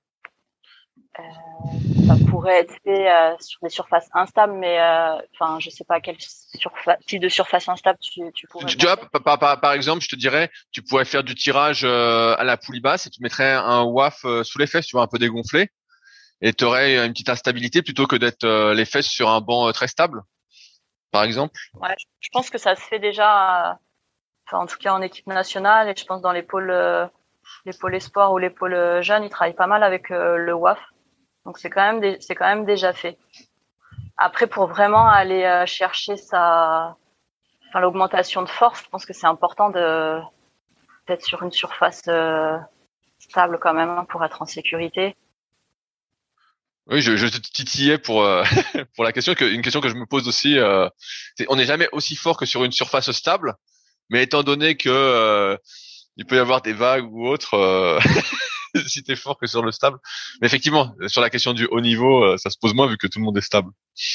Ça pourrait être fait sur des surfaces instables, mais enfin je sais pas quel type de surface instable tu pourrais Tu vois, par exemple, je te dirais, tu pourrais faire du tirage à la poulie basse et tu mettrais un WAF sous les fesses, tu vois, un peu dégonflé, et tu aurais une petite instabilité plutôt que d'être les fesses sur un banc très stable, par exemple. Ouais, je pense que ça se fait déjà, enfin, en tout cas en équipe nationale, et je pense dans les pôles espoirs ou les pôles jeunes, ils travaillent pas mal avec le WAF. Donc c'est quand même déjà fait. Après, pour vraiment aller chercher l'augmentation de force, je pense que c'est important d'être sur une surface stable quand même pour être en sécurité. Oui, je te titillais pour pour la question, une question que je me pose aussi. On n'est jamais aussi fort que sur une surface stable, mais étant donné que il peut y avoir des vagues ou autre, si t'es fort que sur le stable. Mais effectivement, sur la question du haut niveau, ça se pose moins vu que tout le monde est stable.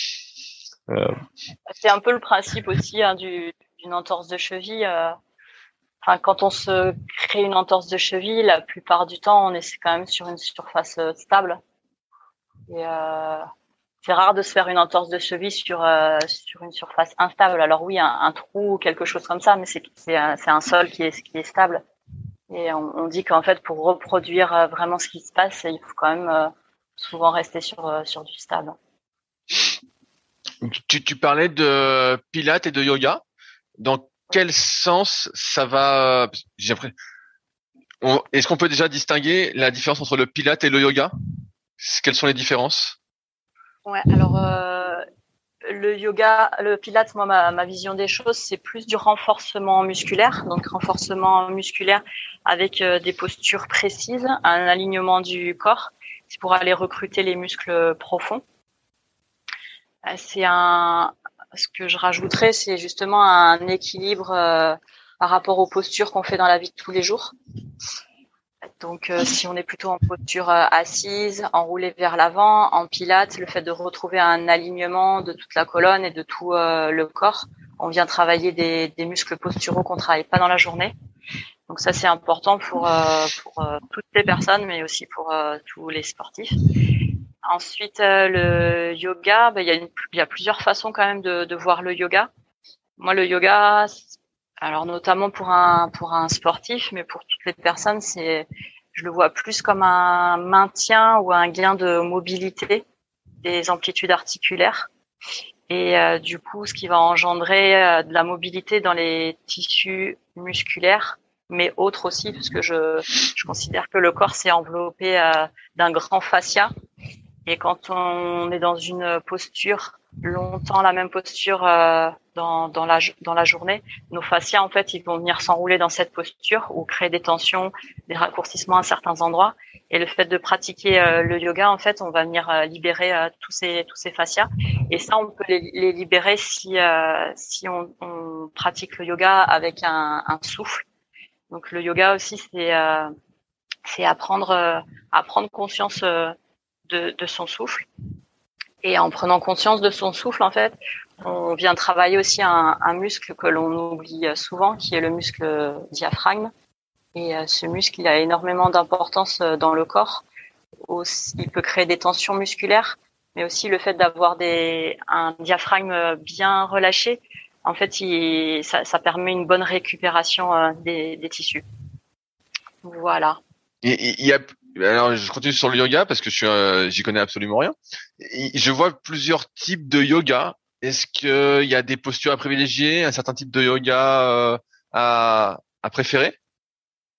C'est un peu le principe aussi d'une entorse de cheville. Enfin, quand on se crée une entorse de cheville, la plupart du temps, on est quand même sur une surface stable. Et c'est rare de se faire une entorse de cheville sur une surface instable. Alors oui, un trou ou quelque chose comme ça, mais c'est un sol qui est stable. Et on dit qu'en fait, pour reproduire vraiment ce qui se passe, il faut quand même souvent rester sur du stable. Tu parlais de pilates et de yoga. Dans quel sens ça va? Est-ce qu'on peut déjà distinguer la différence entre le pilate et le yoga? Quelles sont les différences? Ouais, alors le yoga, le pilates, moi ma vision des choses, c'est plus du renforcement musculaire, donc renforcement musculaire avec des postures précises, un alignement du corps, c'est pour aller recruter les muscles profonds. Ce que je rajouterais, c'est justement un équilibre par rapport aux postures qu'on fait dans la vie de tous les jours. Donc, si on est plutôt en posture assise, enroulée vers l'avant, en pilates, le fait de retrouver un alignement de toute la colonne et de tout le corps, on vient travailler des muscles posturaux qu'on travaille pas dans la journée. Donc ça, c'est important pour toutes les personnes, mais aussi pour tous les sportifs. Ensuite, le yoga, il y a plusieurs façons quand même de voir le yoga. Moi, le yoga, alors notamment pour un sportif, mais pour toutes les personnes, je le vois plus comme un maintien ou un gain de mobilité des amplitudes articulaires. Et du coup, ce qui va engendrer de la mobilité dans les tissus musculaires, mais autres aussi, parce que je considère que le corps s'est enveloppé d'un grand fascia. Et quand on est dans une posture longtemps, la même posture dans la journée, nos fascias en fait, ils vont venir s'enrouler dans cette posture ou créer des tensions, des raccourcissements à certains endroits. Et le fait de pratiquer le yoga, en fait, on va venir libérer tous ces fascias. Et ça, on peut les libérer si on pratique le yoga avec un souffle. Donc le yoga aussi, c'est à prendre conscience de son souffle. Et en prenant conscience de son souffle, en fait, on vient travailler aussi un muscle que l'on oublie souvent, qui est le muscle diaphragme. Et ce muscle, il a énormément d'importance dans le corps. Aussi, il peut créer des tensions musculaires, mais aussi le fait d'avoir un diaphragme bien relâché. En fait, ça permet une bonne récupération des tissus. Voilà. Alors, je continue sur le yoga parce que j'y connais absolument rien. Je vois plusieurs types de yoga. Est-ce qu'il y a des postures à privilégier, un certain type de yoga à préférer?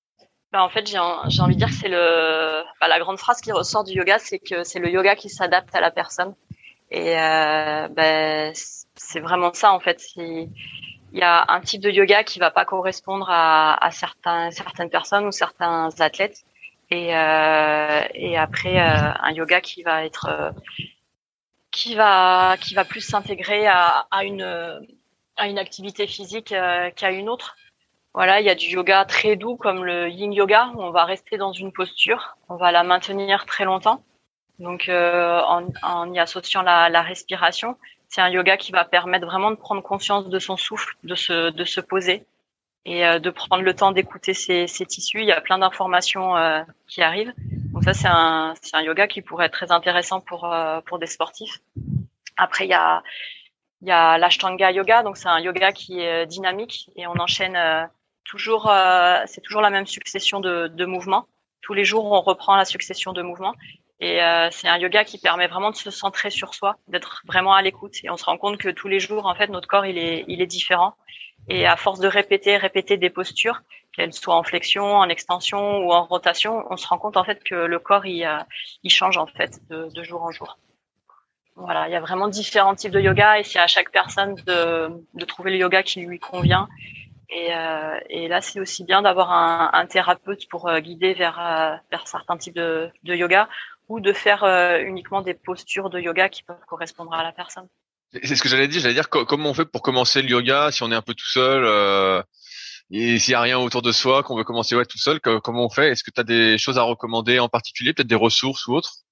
En fait, j'ai envie de dire que c'est la grande phrase qui ressort du yoga, c'est que c'est le yoga qui s'adapte à la personne. Et c'est vraiment ça en fait. Il y a un type de yoga qui va pas correspondre à certaines personnes ou certains athlètes. Et après un yoga qui va être qui va plus s'intégrer à une activité physique qu'à une autre. Voilà, il y a du yoga très doux comme le yin yoga où on va rester dans une posture, on va la maintenir très longtemps. Donc en y associant la respiration, c'est un yoga qui va permettre vraiment de prendre conscience de son souffle, de se poser et de prendre le temps d'écouter ses tissus. Il y a plein d'informations qui arrivent. Donc ça c'est un yoga qui pourrait être très intéressant pour des sportifs. Après il y a l'Ashtanga yoga, donc c'est un yoga qui est dynamique et on enchaîne c'est toujours la même succession de mouvements. Tous les jours, on reprend la succession de mouvements. Et c'est un yoga qui permet vraiment de se centrer sur soi, d'être vraiment à l'écoute. Et on se rend compte que tous les jours, en fait, notre corps, il est différent. Et à force de répéter des postures, qu'elles soient en flexion, en extension ou en rotation, on se rend compte, en fait, que le corps, il change, en fait, de jour en jour. Voilà, il y a vraiment différents types de yoga et c'est à chaque personne de trouver le yoga qui lui convient. Et là, c'est aussi bien d'avoir un thérapeute pour guider vers certains types de yoga ou de faire uniquement des postures de yoga qui peuvent correspondre à la personne. C'est ce que j'allais dire. Comment on fait pour commencer le yoga si on est un peu tout seul et s'il y a rien autour de soi, qu'on veut commencer tout seul, comment on fait? Est-ce que tu as des choses à recommander en particulier, peut-être des ressources ou autres?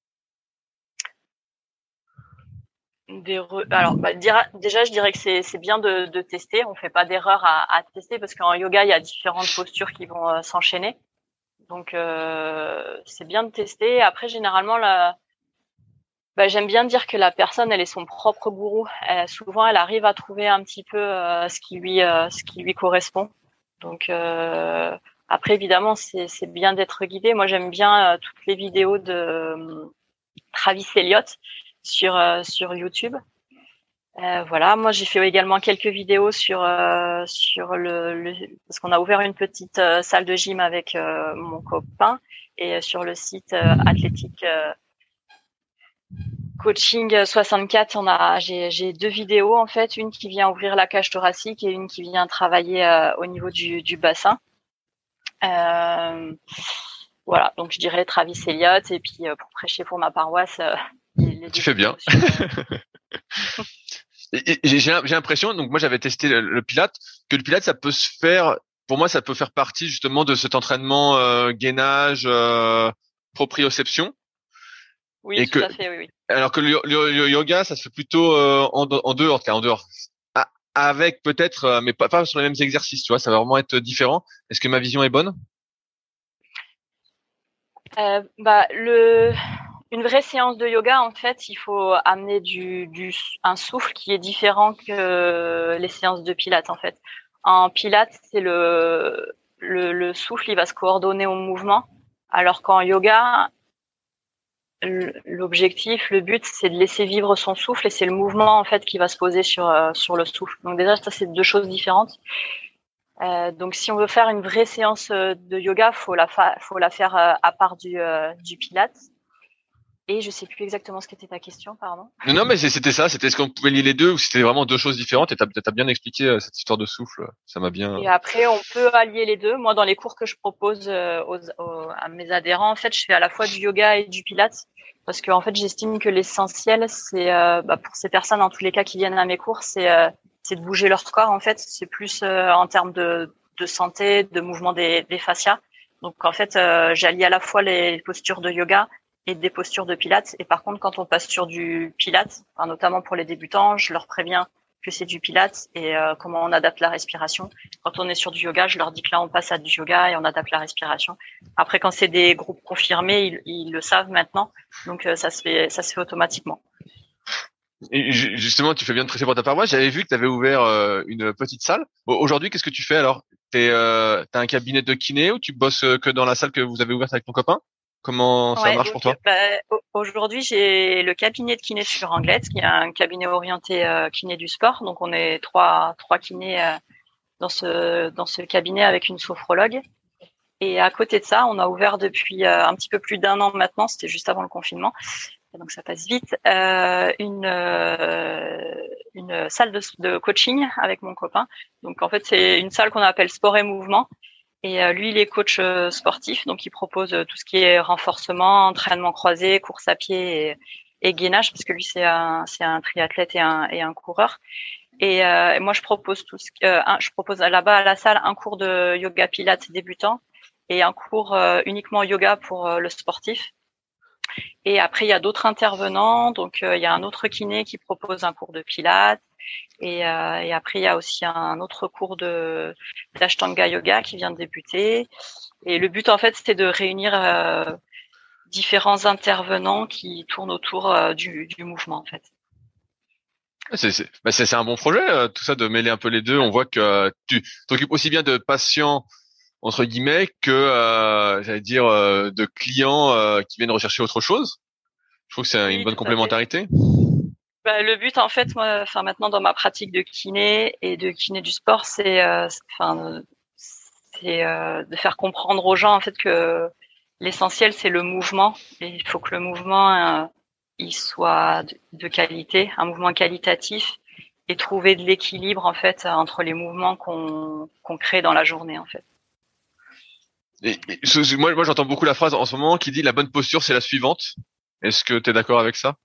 Alors, déjà, je dirais que c'est bien de tester. On fait pas d'erreur à tester parce qu'en yoga, il y a différentes postures qui vont s'enchaîner. Donc, c'est bien de tester. Après, généralement, j'aime bien dire que la personne, elle est son propre gourou. Souvent, elle arrive à trouver un petit peu ce qui lui correspond. Donc, après, évidemment, c'est bien d'être guidé. Moi, j'aime bien toutes les vidéos de Travis Elliott sur YouTube. Voilà, moi j'ai fait également quelques vidéos sur parce qu'on a ouvert une petite salle de gym avec mon copain et sur le site athlétique coaching 64, j'ai 2 vidéos en fait, une qui vient ouvrir la cage thoracique et une qui vient travailler au niveau du bassin. Voilà, donc je dirais Travis Elliott et puis pour prêcher pour ma paroisse. Tu fais bien. J'ai l'impression, donc moi j'avais testé le Pilates, que le Pilates ça peut se faire, pour moi ça peut faire partie justement de cet entraînement gainage, proprioception. Oui, tout à fait, oui. Alors que le yoga ça se fait plutôt en dehors, en dehors. Avec peut-être, mais pas sur les mêmes exercices, tu vois, ça va vraiment être différent. Est-ce que ma vision est bonne? Une vraie séance de yoga, en fait, il faut amener un souffle qui est différent que les séances de pilates, en fait. En pilates, c'est le souffle, il va se coordonner au mouvement, alors qu'en yoga, l'objectif, le but, c'est de laisser vivre son souffle et c'est le mouvement, en fait, qui va se poser sur le souffle. Donc déjà, ça, c'est 2 choses différentes. Donc si on veut faire une vraie séance de yoga, faut la faire à part du pilates. Et je sais plus exactement ce qu'était ta question, pardon. Non, mais c'était ça. C'était est-ce qu'on pouvait lier les deux ou c'était vraiment 2 choses différentes? Et t'as bien expliqué cette histoire de souffle. Ça m'a bien. Et après, on peut allier les deux. Moi, dans les cours que je propose à mes adhérents, en fait, je fais à la fois du yoga et du pilates parce que en fait, j'estime que l'essentiel, c'est pour ces personnes, en tous les cas, qui viennent à mes cours, c'est de bouger leur corps. En fait, c'est plus en termes de santé, de mouvement des fascias. Donc, en fait, j'allie à la fois les postures de yoga et des postures de pilates. Et par contre, quand on passe sur du pilates, notamment pour les débutants, je leur préviens que c'est du pilates et comment on adapte la respiration. Quand on est sur du yoga, je leur dis que là, on passe à du yoga et on adapte la respiration. Après, quand c'est des groupes confirmés, ils le savent maintenant. Donc, ça se fait automatiquement. Et justement, tu fais bien de presser pour ta paroisse. J'avais vu que tu avais ouvert une petite salle. Aujourd'hui, qu'est-ce que tu fais alors? T'as un cabinet de kiné ou tu bosses que dans la salle que vous avez ouverte avec ton copain? Comment ça marche pour toi? Aujourd'hui, j'ai le cabinet de kiné sur Anglet, qui est un cabinet orienté kiné du sport. Donc, on est trois kinés dans ce cabinet avec une sophrologue. Et à côté de ça, on a ouvert depuis un petit peu plus d'1 an maintenant, c'était juste avant le confinement, donc ça passe vite, une salle de coaching avec mon copain. Donc en fait, c'est une salle qu'on appelle Sport et Mouvement. Et lui, il est coach sportif, donc il propose tout ce qui est renforcement, entraînement croisé, course à pied et gainage, parce que lui c'est un triathlète et un coureur. Et moi je propose je propose là-bas à la salle un cours de yoga pilates débutant et un cours uniquement yoga pour le sportif. Et après il y a d'autres intervenants, donc il y a un autre kiné qui propose un cours de pilates. Et après il y a aussi un autre cours d'Ashtanga yoga qui vient de débuter. Et le but en fait c'est de réunir différents intervenants qui tournent autour du mouvement en fait. C'est un bon projet, tout ça, de mêler un peu les deux. On voit que tu t'occupes aussi bien de patients entre guillemets que j'allais dire de clients qui viennent rechercher autre chose. Je trouve que c'est une bonne complémentarité. Le but en fait, moi, maintenant dans ma pratique de kiné et de kiné du sport, c'est de faire comprendre aux gens en fait que l'essentiel c'est le mouvement et il faut que le mouvement il soit de qualité, un mouvement qualitatif et trouver de l'équilibre en fait entre les mouvements qu'on crée dans la journée en fait. Moi j'entends beaucoup la phrase en ce moment qui dit la bonne posture c'est la suivante. Est-ce que tu es d'accord avec ça?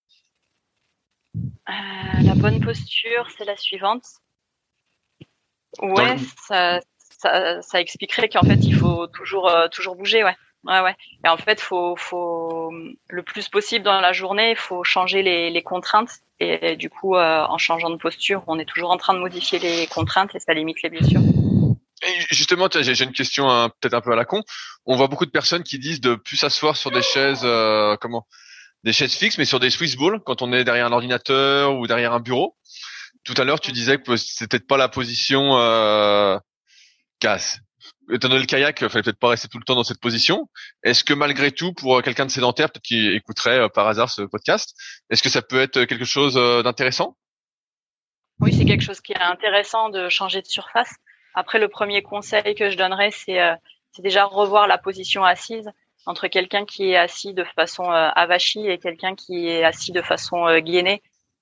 La bonne posture c'est la suivante. Ouais, ça expliquerait qu'en fait il faut toujours bouger, ouais. Ouais. Et en fait, faut le plus possible dans la journée, il faut changer les contraintes. Et du coup, en changeant de posture, on est toujours en train de modifier les contraintes et ça limite les blessures. Et justement, j'ai une question peut-être un peu à la con. On voit beaucoup de personnes qui disent de plus s'asseoir sur des chaises, des chaises fixes, mais sur des Swiss balls quand on est derrière un ordinateur ou derrière un bureau. Tout à l'heure, tu disais que c'était peut-être pas la position casse. Étant donné le kayak, il fallait peut-être pas rester tout le temps dans cette position. Est-ce que malgré tout, pour quelqu'un de sédentaire, peut-être qui écouterait par hasard ce podcast, est-ce que ça peut être quelque chose d'intéressant? Oui, c'est quelque chose qui est intéressant de changer de surface. Après, le premier conseil que je donnerais, c'est déjà revoir la position assise entre quelqu'un qui est assis de façon avachie et quelqu'un qui est assis de façon gainée,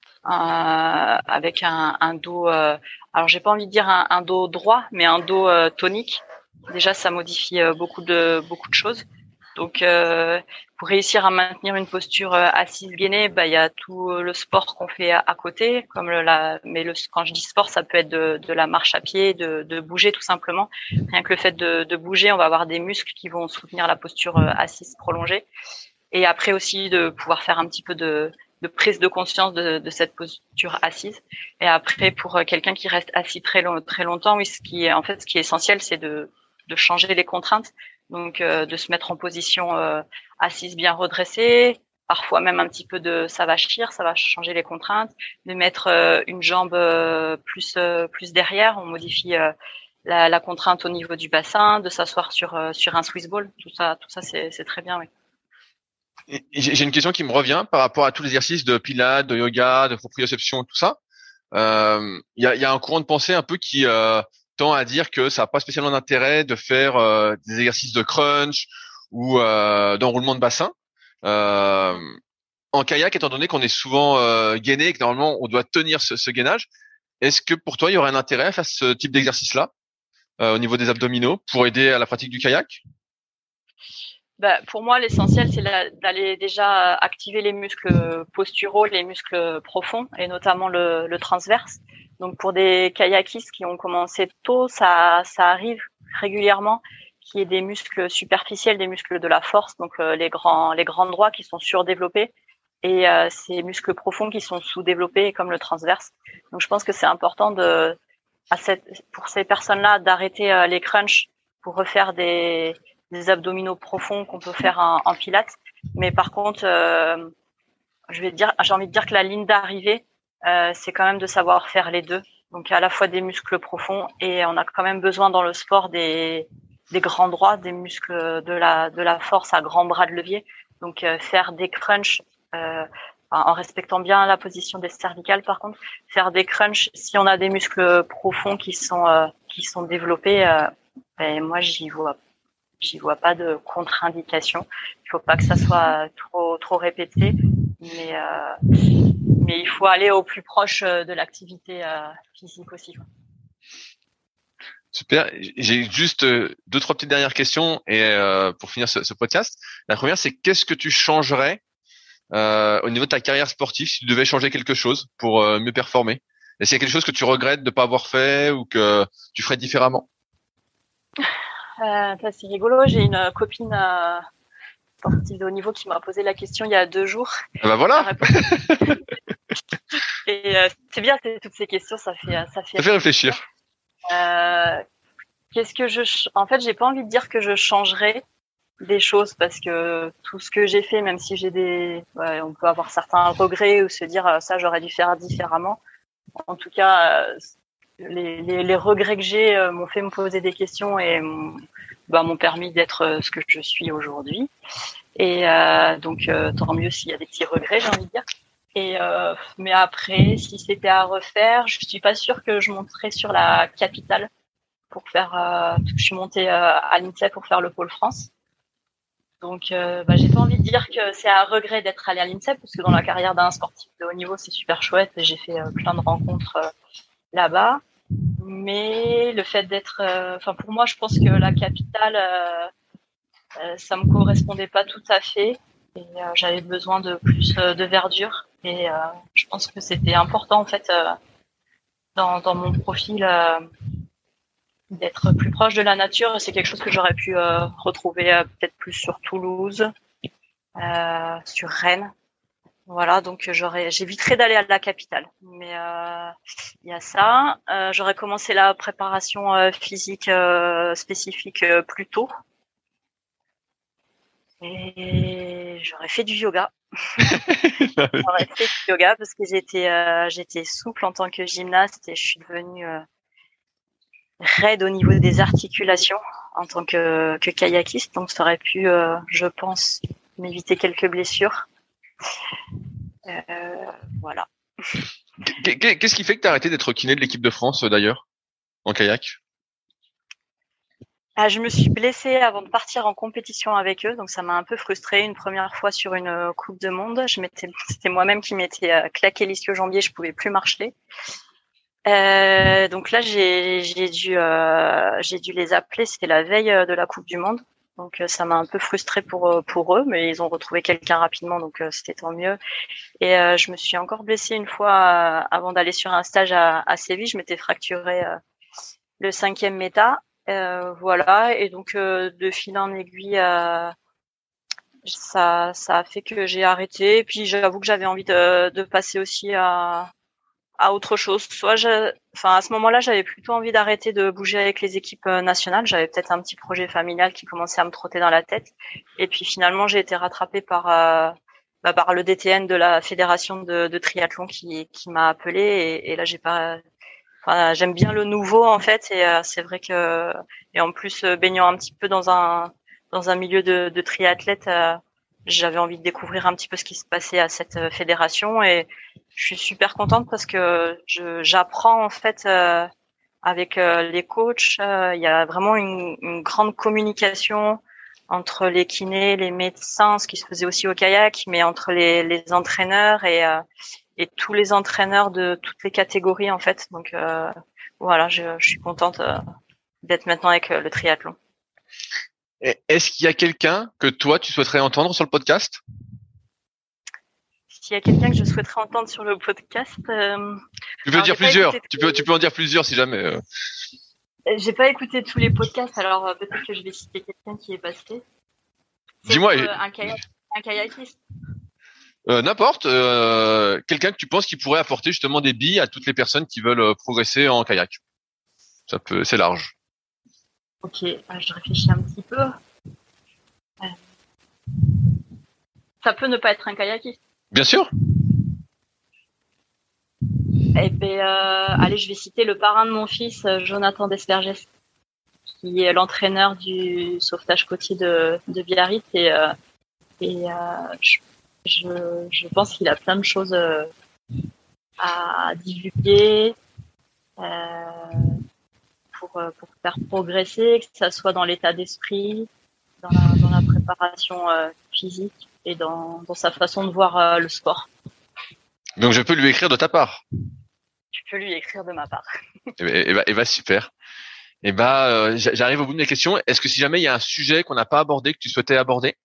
avec un dos. Alors, j'ai pas envie de dire un dos droit, mais un dos tonique. Déjà, ça modifie beaucoup de choses. Donc, pour réussir à maintenir une posture assise gainée, il y a tout le sport qu'on fait à côté, comme quand je dis sport, ça peut être de la marche à pied, de bouger tout simplement. Rien que le fait de bouger, on va avoir des muscles qui vont soutenir la posture assise prolongée. Et après aussi de pouvoir faire un petit peu de prise de conscience de cette posture assise. Et après, pour quelqu'un qui reste assis très longtemps, oui, ce qui est essentiel, c'est de changer les contraintes. Donc, de se mettre en position assise bien redressée, parfois même un petit peu ça va changer les contraintes. De mettre une jambe plus derrière, on modifie la contrainte au niveau du bassin, de s'asseoir sur un Swiss ball. Tout ça, c'est très bien, oui. J'ai une question qui me revient par rapport à tous les exercices de pilates, de yoga, de proprioception et tout ça. Il y a un courant de pensée un peu qui tend à dire que ça n'a pas spécialement d'intérêt de faire des exercices de crunch ou d'enroulement de bassin. En kayak, étant donné qu'on est souvent gainé et que normalement on doit tenir ce gainage, est-ce que pour toi il y aurait un intérêt à faire ce type d'exercice-là au niveau des abdominaux pour aider à la pratique du kayak? Pour moi, l'essentiel, c'est d'aller déjà activer les muscles posturaux, les muscles profonds, et notamment le transverse. Donc, pour des kayakistes qui ont commencé tôt, ça arrive régulièrement qu'il y ait des muscles superficiels, des muscles de la force, donc les grands droits qui sont surdéveloppés, et ces muscles profonds qui sont sous-développés, comme le transverse. Donc, je pense que c'est important pour ces personnes-là d'arrêter les crunchs pour refaire des abdominaux profonds qu'on peut faire en pilates. Mais par contre, j'ai envie de dire que la ligne d'arrivée, c'est quand même de savoir faire les deux. Donc à la fois des muscles profonds et on a quand même besoin dans le sport des grands droits, des muscles de la force à grands bras de levier. Donc faire des crunchs en respectant bien la position des cervicales. Par contre, faire des crunchs si on a des muscles profonds qui sont développés, moi j'y vois j'y vois pas de contre-indication. Il faut pas que ça soit trop répété, mais il faut aller au plus proche de l'activité physique aussi. Super. J'ai juste deux, trois petites dernières questions et pour finir ce podcast. La première, c'est qu'est-ce que tu changerais au niveau de ta carrière sportive si tu devais changer quelque chose pour mieux performer? Est-ce qu'il y a quelque chose que tu regrettes de pas avoir fait ou que tu ferais différemment? Ça c'est rigolo. J'ai une copine sportive de haut niveau qui m'a posé la question il y a 2 jours. Ah bah voilà. Et c'est bien toutes ces questions, ça fait réfléchir. En fait, j'ai pas envie de dire que je changerais des choses parce que tout ce que j'ai fait, même si on peut avoir certains regrets ou se dire ça j'aurais dû faire différemment. En tout cas, les regrets que j'ai m'ont fait me poser des questions et m'ont permis d'être ce que je suis aujourd'hui. Et donc tant mieux s'il y a des petits regrets, j'ai envie de dire. Et mais après, si c'était à refaire, je suis pas sûre que je monterais sur la capitale pour faire. Je suis montée à l'INSEP pour faire le pôle France. Donc, j'ai pas envie de dire que c'est un regret d'être allée à l'INSEP parce que dans la carrière d'un sportif de haut niveau, c'est super chouette. J'ai fait plein de rencontres là-bas. Mais le fait d'être, pour moi, je pense que la capitale, ça me correspondait pas tout à fait. Et j'avais besoin de plus de verdure. Et je pense que c'était important en fait dans mon profil d'être plus proche de la nature. C'est quelque chose que j'aurais pu retrouver peut-être plus sur Toulouse, sur Rennes. Voilà, donc j'éviterais d'aller à la capitale. Mais il y a ça. J'aurais commencé la préparation physique spécifique plus tôt. Et j'aurais fait du yoga. J'aurais fait du yoga parce que j'étais souple en tant que gymnaste et je suis devenue raide au niveau des articulations en tant que kayakiste. Donc ça aurait pu, je pense, m'éviter quelques blessures. Voilà. Qu'est-ce qui fait que tu as arrêté d'être kiné de l'équipe de France d'ailleurs en kayak? Je me suis blessée avant de partir en compétition avec eux, donc ça m'a un peu frustrée une première fois sur une Coupe de Monde. C'était moi-même qui m'étais claqué l'ischio-jambier, je pouvais plus marcher. Donc là, j'ai dû les appeler. C'était la veille de la Coupe du Monde, donc ça m'a un peu frustrée pour eux, mais ils ont retrouvé quelqu'un rapidement, donc c'était tant mieux. Et je me suis encore blessée une fois avant d'aller sur un stage à Séville. Je m'étais fracturé le 5e méta. Voilà, et donc de fil en aiguille, ça a fait que j'ai arrêté. Et puis j'avoue que j'avais envie de passer aussi à autre chose. À ce moment-là, j'avais plutôt envie d'arrêter de bouger avec les équipes nationales. J'avais peut-être un petit projet familial qui commençait à me trotter dans la tête. Et puis finalement, j'ai été rattrapée par le DTN de la fédération de triathlon qui m'a appelée. Et là, j'aime bien le nouveau en fait, et c'est vrai que en plus baignant un petit peu dans un milieu de triathlètes, j'avais envie de découvrir un petit peu ce qui se passait à cette fédération et je suis super contente parce que j'apprends en fait avec les coachs. Il y a vraiment une grande communication entre les kinés, les médecins, ce qui se faisait aussi au kayak, mais entre les entraîneurs et tous les entraîneurs de toutes les catégories en fait. Donc voilà, je suis contente d'être maintenant avec le triathlon. Est-ce qu'il y a quelqu'un que toi tu souhaiterais entendre sur le podcast? S'il y a quelqu'un que je souhaiterais entendre sur le podcast, tu peux dire plusieurs. Tu peux en dire plusieurs si jamais. J'ai pas écouté tous les podcasts, alors peut-être que je vais citer quelqu'un qui est passé. Dis-moi. Un kayakiste. N'importe, quelqu'un que tu penses qui pourrait apporter justement des billes à toutes les personnes qui veulent progresser en kayak. C'est large. Ok, je réfléchis un petit peu. Ça peut ne pas être un kayakiste. Bien sûr. Eh ben, allez, je vais citer le parrain de mon fils, Jonathan Desvergès, qui est l'entraîneur du sauvetage côtier de Biarritz et je pense qu'il a plein de choses à divulguer pour faire progresser, que ça soit dans l'état d'esprit, dans la préparation physique et dans sa façon de voir le sport. Donc je peux lui écrire de ta part. Tu peux lui écrire de ma part. Super. J'arrive au bout de mes questions. Est-ce que si jamais il y a un sujet qu'on n'a pas abordé, que tu souhaitais aborder?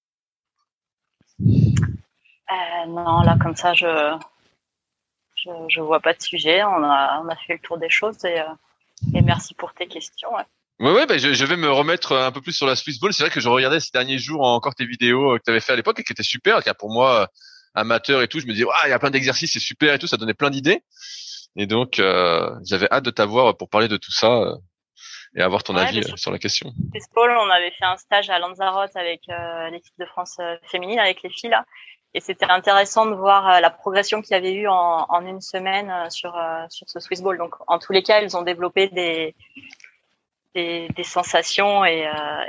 Non, là comme ça, je vois pas de sujet. On a fait le tour des choses et merci pour tes questions. Ouais, je vais me remettre un peu plus sur la Swiss Ball. C'est vrai que je regardais ces derniers jours encore tes vidéos que tu avais fait à l'époque et qui étaient super. Car pour moi, amateur et tout, je me disais, il y a plein d'exercices, c'est super et tout, ça donnait plein d'idées. Et donc, j'avais hâte de t'avoir pour parler de tout ça et avoir ton avis sur la question. Swiss Ball, on avait fait un stage à Lanzarote avec l'équipe de France féminine, avec les filles là. Et c'était intéressant de voir la progression qu'il y avait eu en une semaine sur ce Swiss Ball. Donc, en tous les cas, ils ont développé des sensations et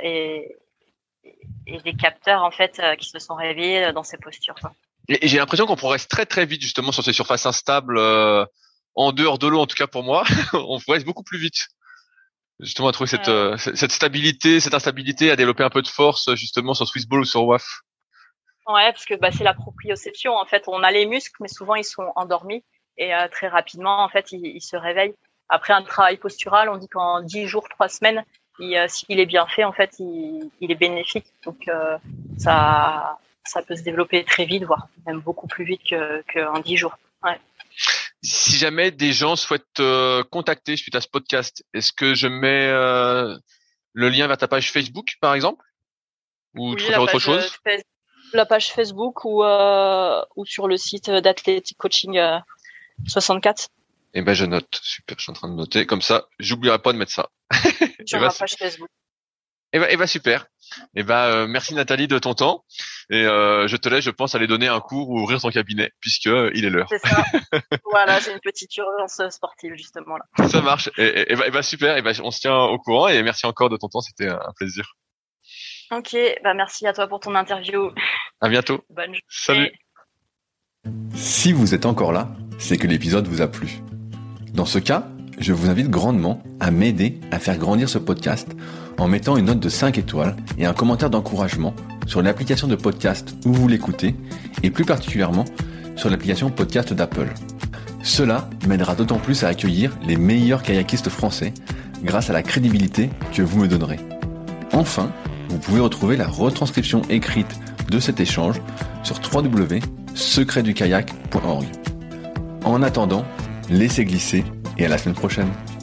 des capteurs en fait qui se sont réveillés dans ces postures. Et j'ai l'impression qu'on progresse très très vite justement sur ces surfaces instables en dehors de l'eau, en tout cas pour moi. On progresse beaucoup plus vite. Justement à trouver cette stabilité, cette instabilité, à développer un peu de force justement sur Swiss Ball ou sur WAF. Ouais, parce que c'est la proprioception en fait. On a les muscles, mais souvent ils sont endormis et très rapidement en fait ils se réveillent. Après un travail postural, on dit qu'en 10 jours, 3 semaines, s'il est bien fait, en fait, il est bénéfique. Donc ça peut se développer très vite, voire même beaucoup plus vite qu'en 10 jours. Ouais. Si jamais des gens souhaitent contacter suite à ce podcast, est-ce que je mets le lien vers ta page Facebook, par exemple, ou tu préfères autre chose? La page Facebook ou sur le site d'Athletic Coaching 64. Je note. Super, je suis en train de noter. Comme ça, j'oublierai pas de mettre ça. Sur ma page Facebook. Super. Merci Nathalie de ton temps. Et je te laisse, je pense, aller donner un cours ou ouvrir ton cabinet, puisque il est l'heure. C'est ça. Voilà, j'ai une petite urgence sportive, justement, là. Ça marche. Super. On se tient au courant et merci encore de ton temps. C'était un plaisir. Ok. Merci à toi pour ton interview. À bientôt. Bonne journée. Salut. Si vous êtes encore là, c'est que l'épisode vous a plu. Dans ce cas, je vous invite grandement à m'aider à faire grandir ce podcast en mettant une note de 5 étoiles et un commentaire d'encouragement sur l'application de podcast où vous l'écoutez et plus particulièrement sur l'application podcast d'Apple. Cela m'aidera d'autant plus à accueillir les meilleurs kayakistes français grâce à la crédibilité que vous me donnerez. Enfin, vous pouvez retrouver la retranscription écrite de cet échange sur www.secretdukayak.org. En attendant, laissez glisser et à la semaine prochaine.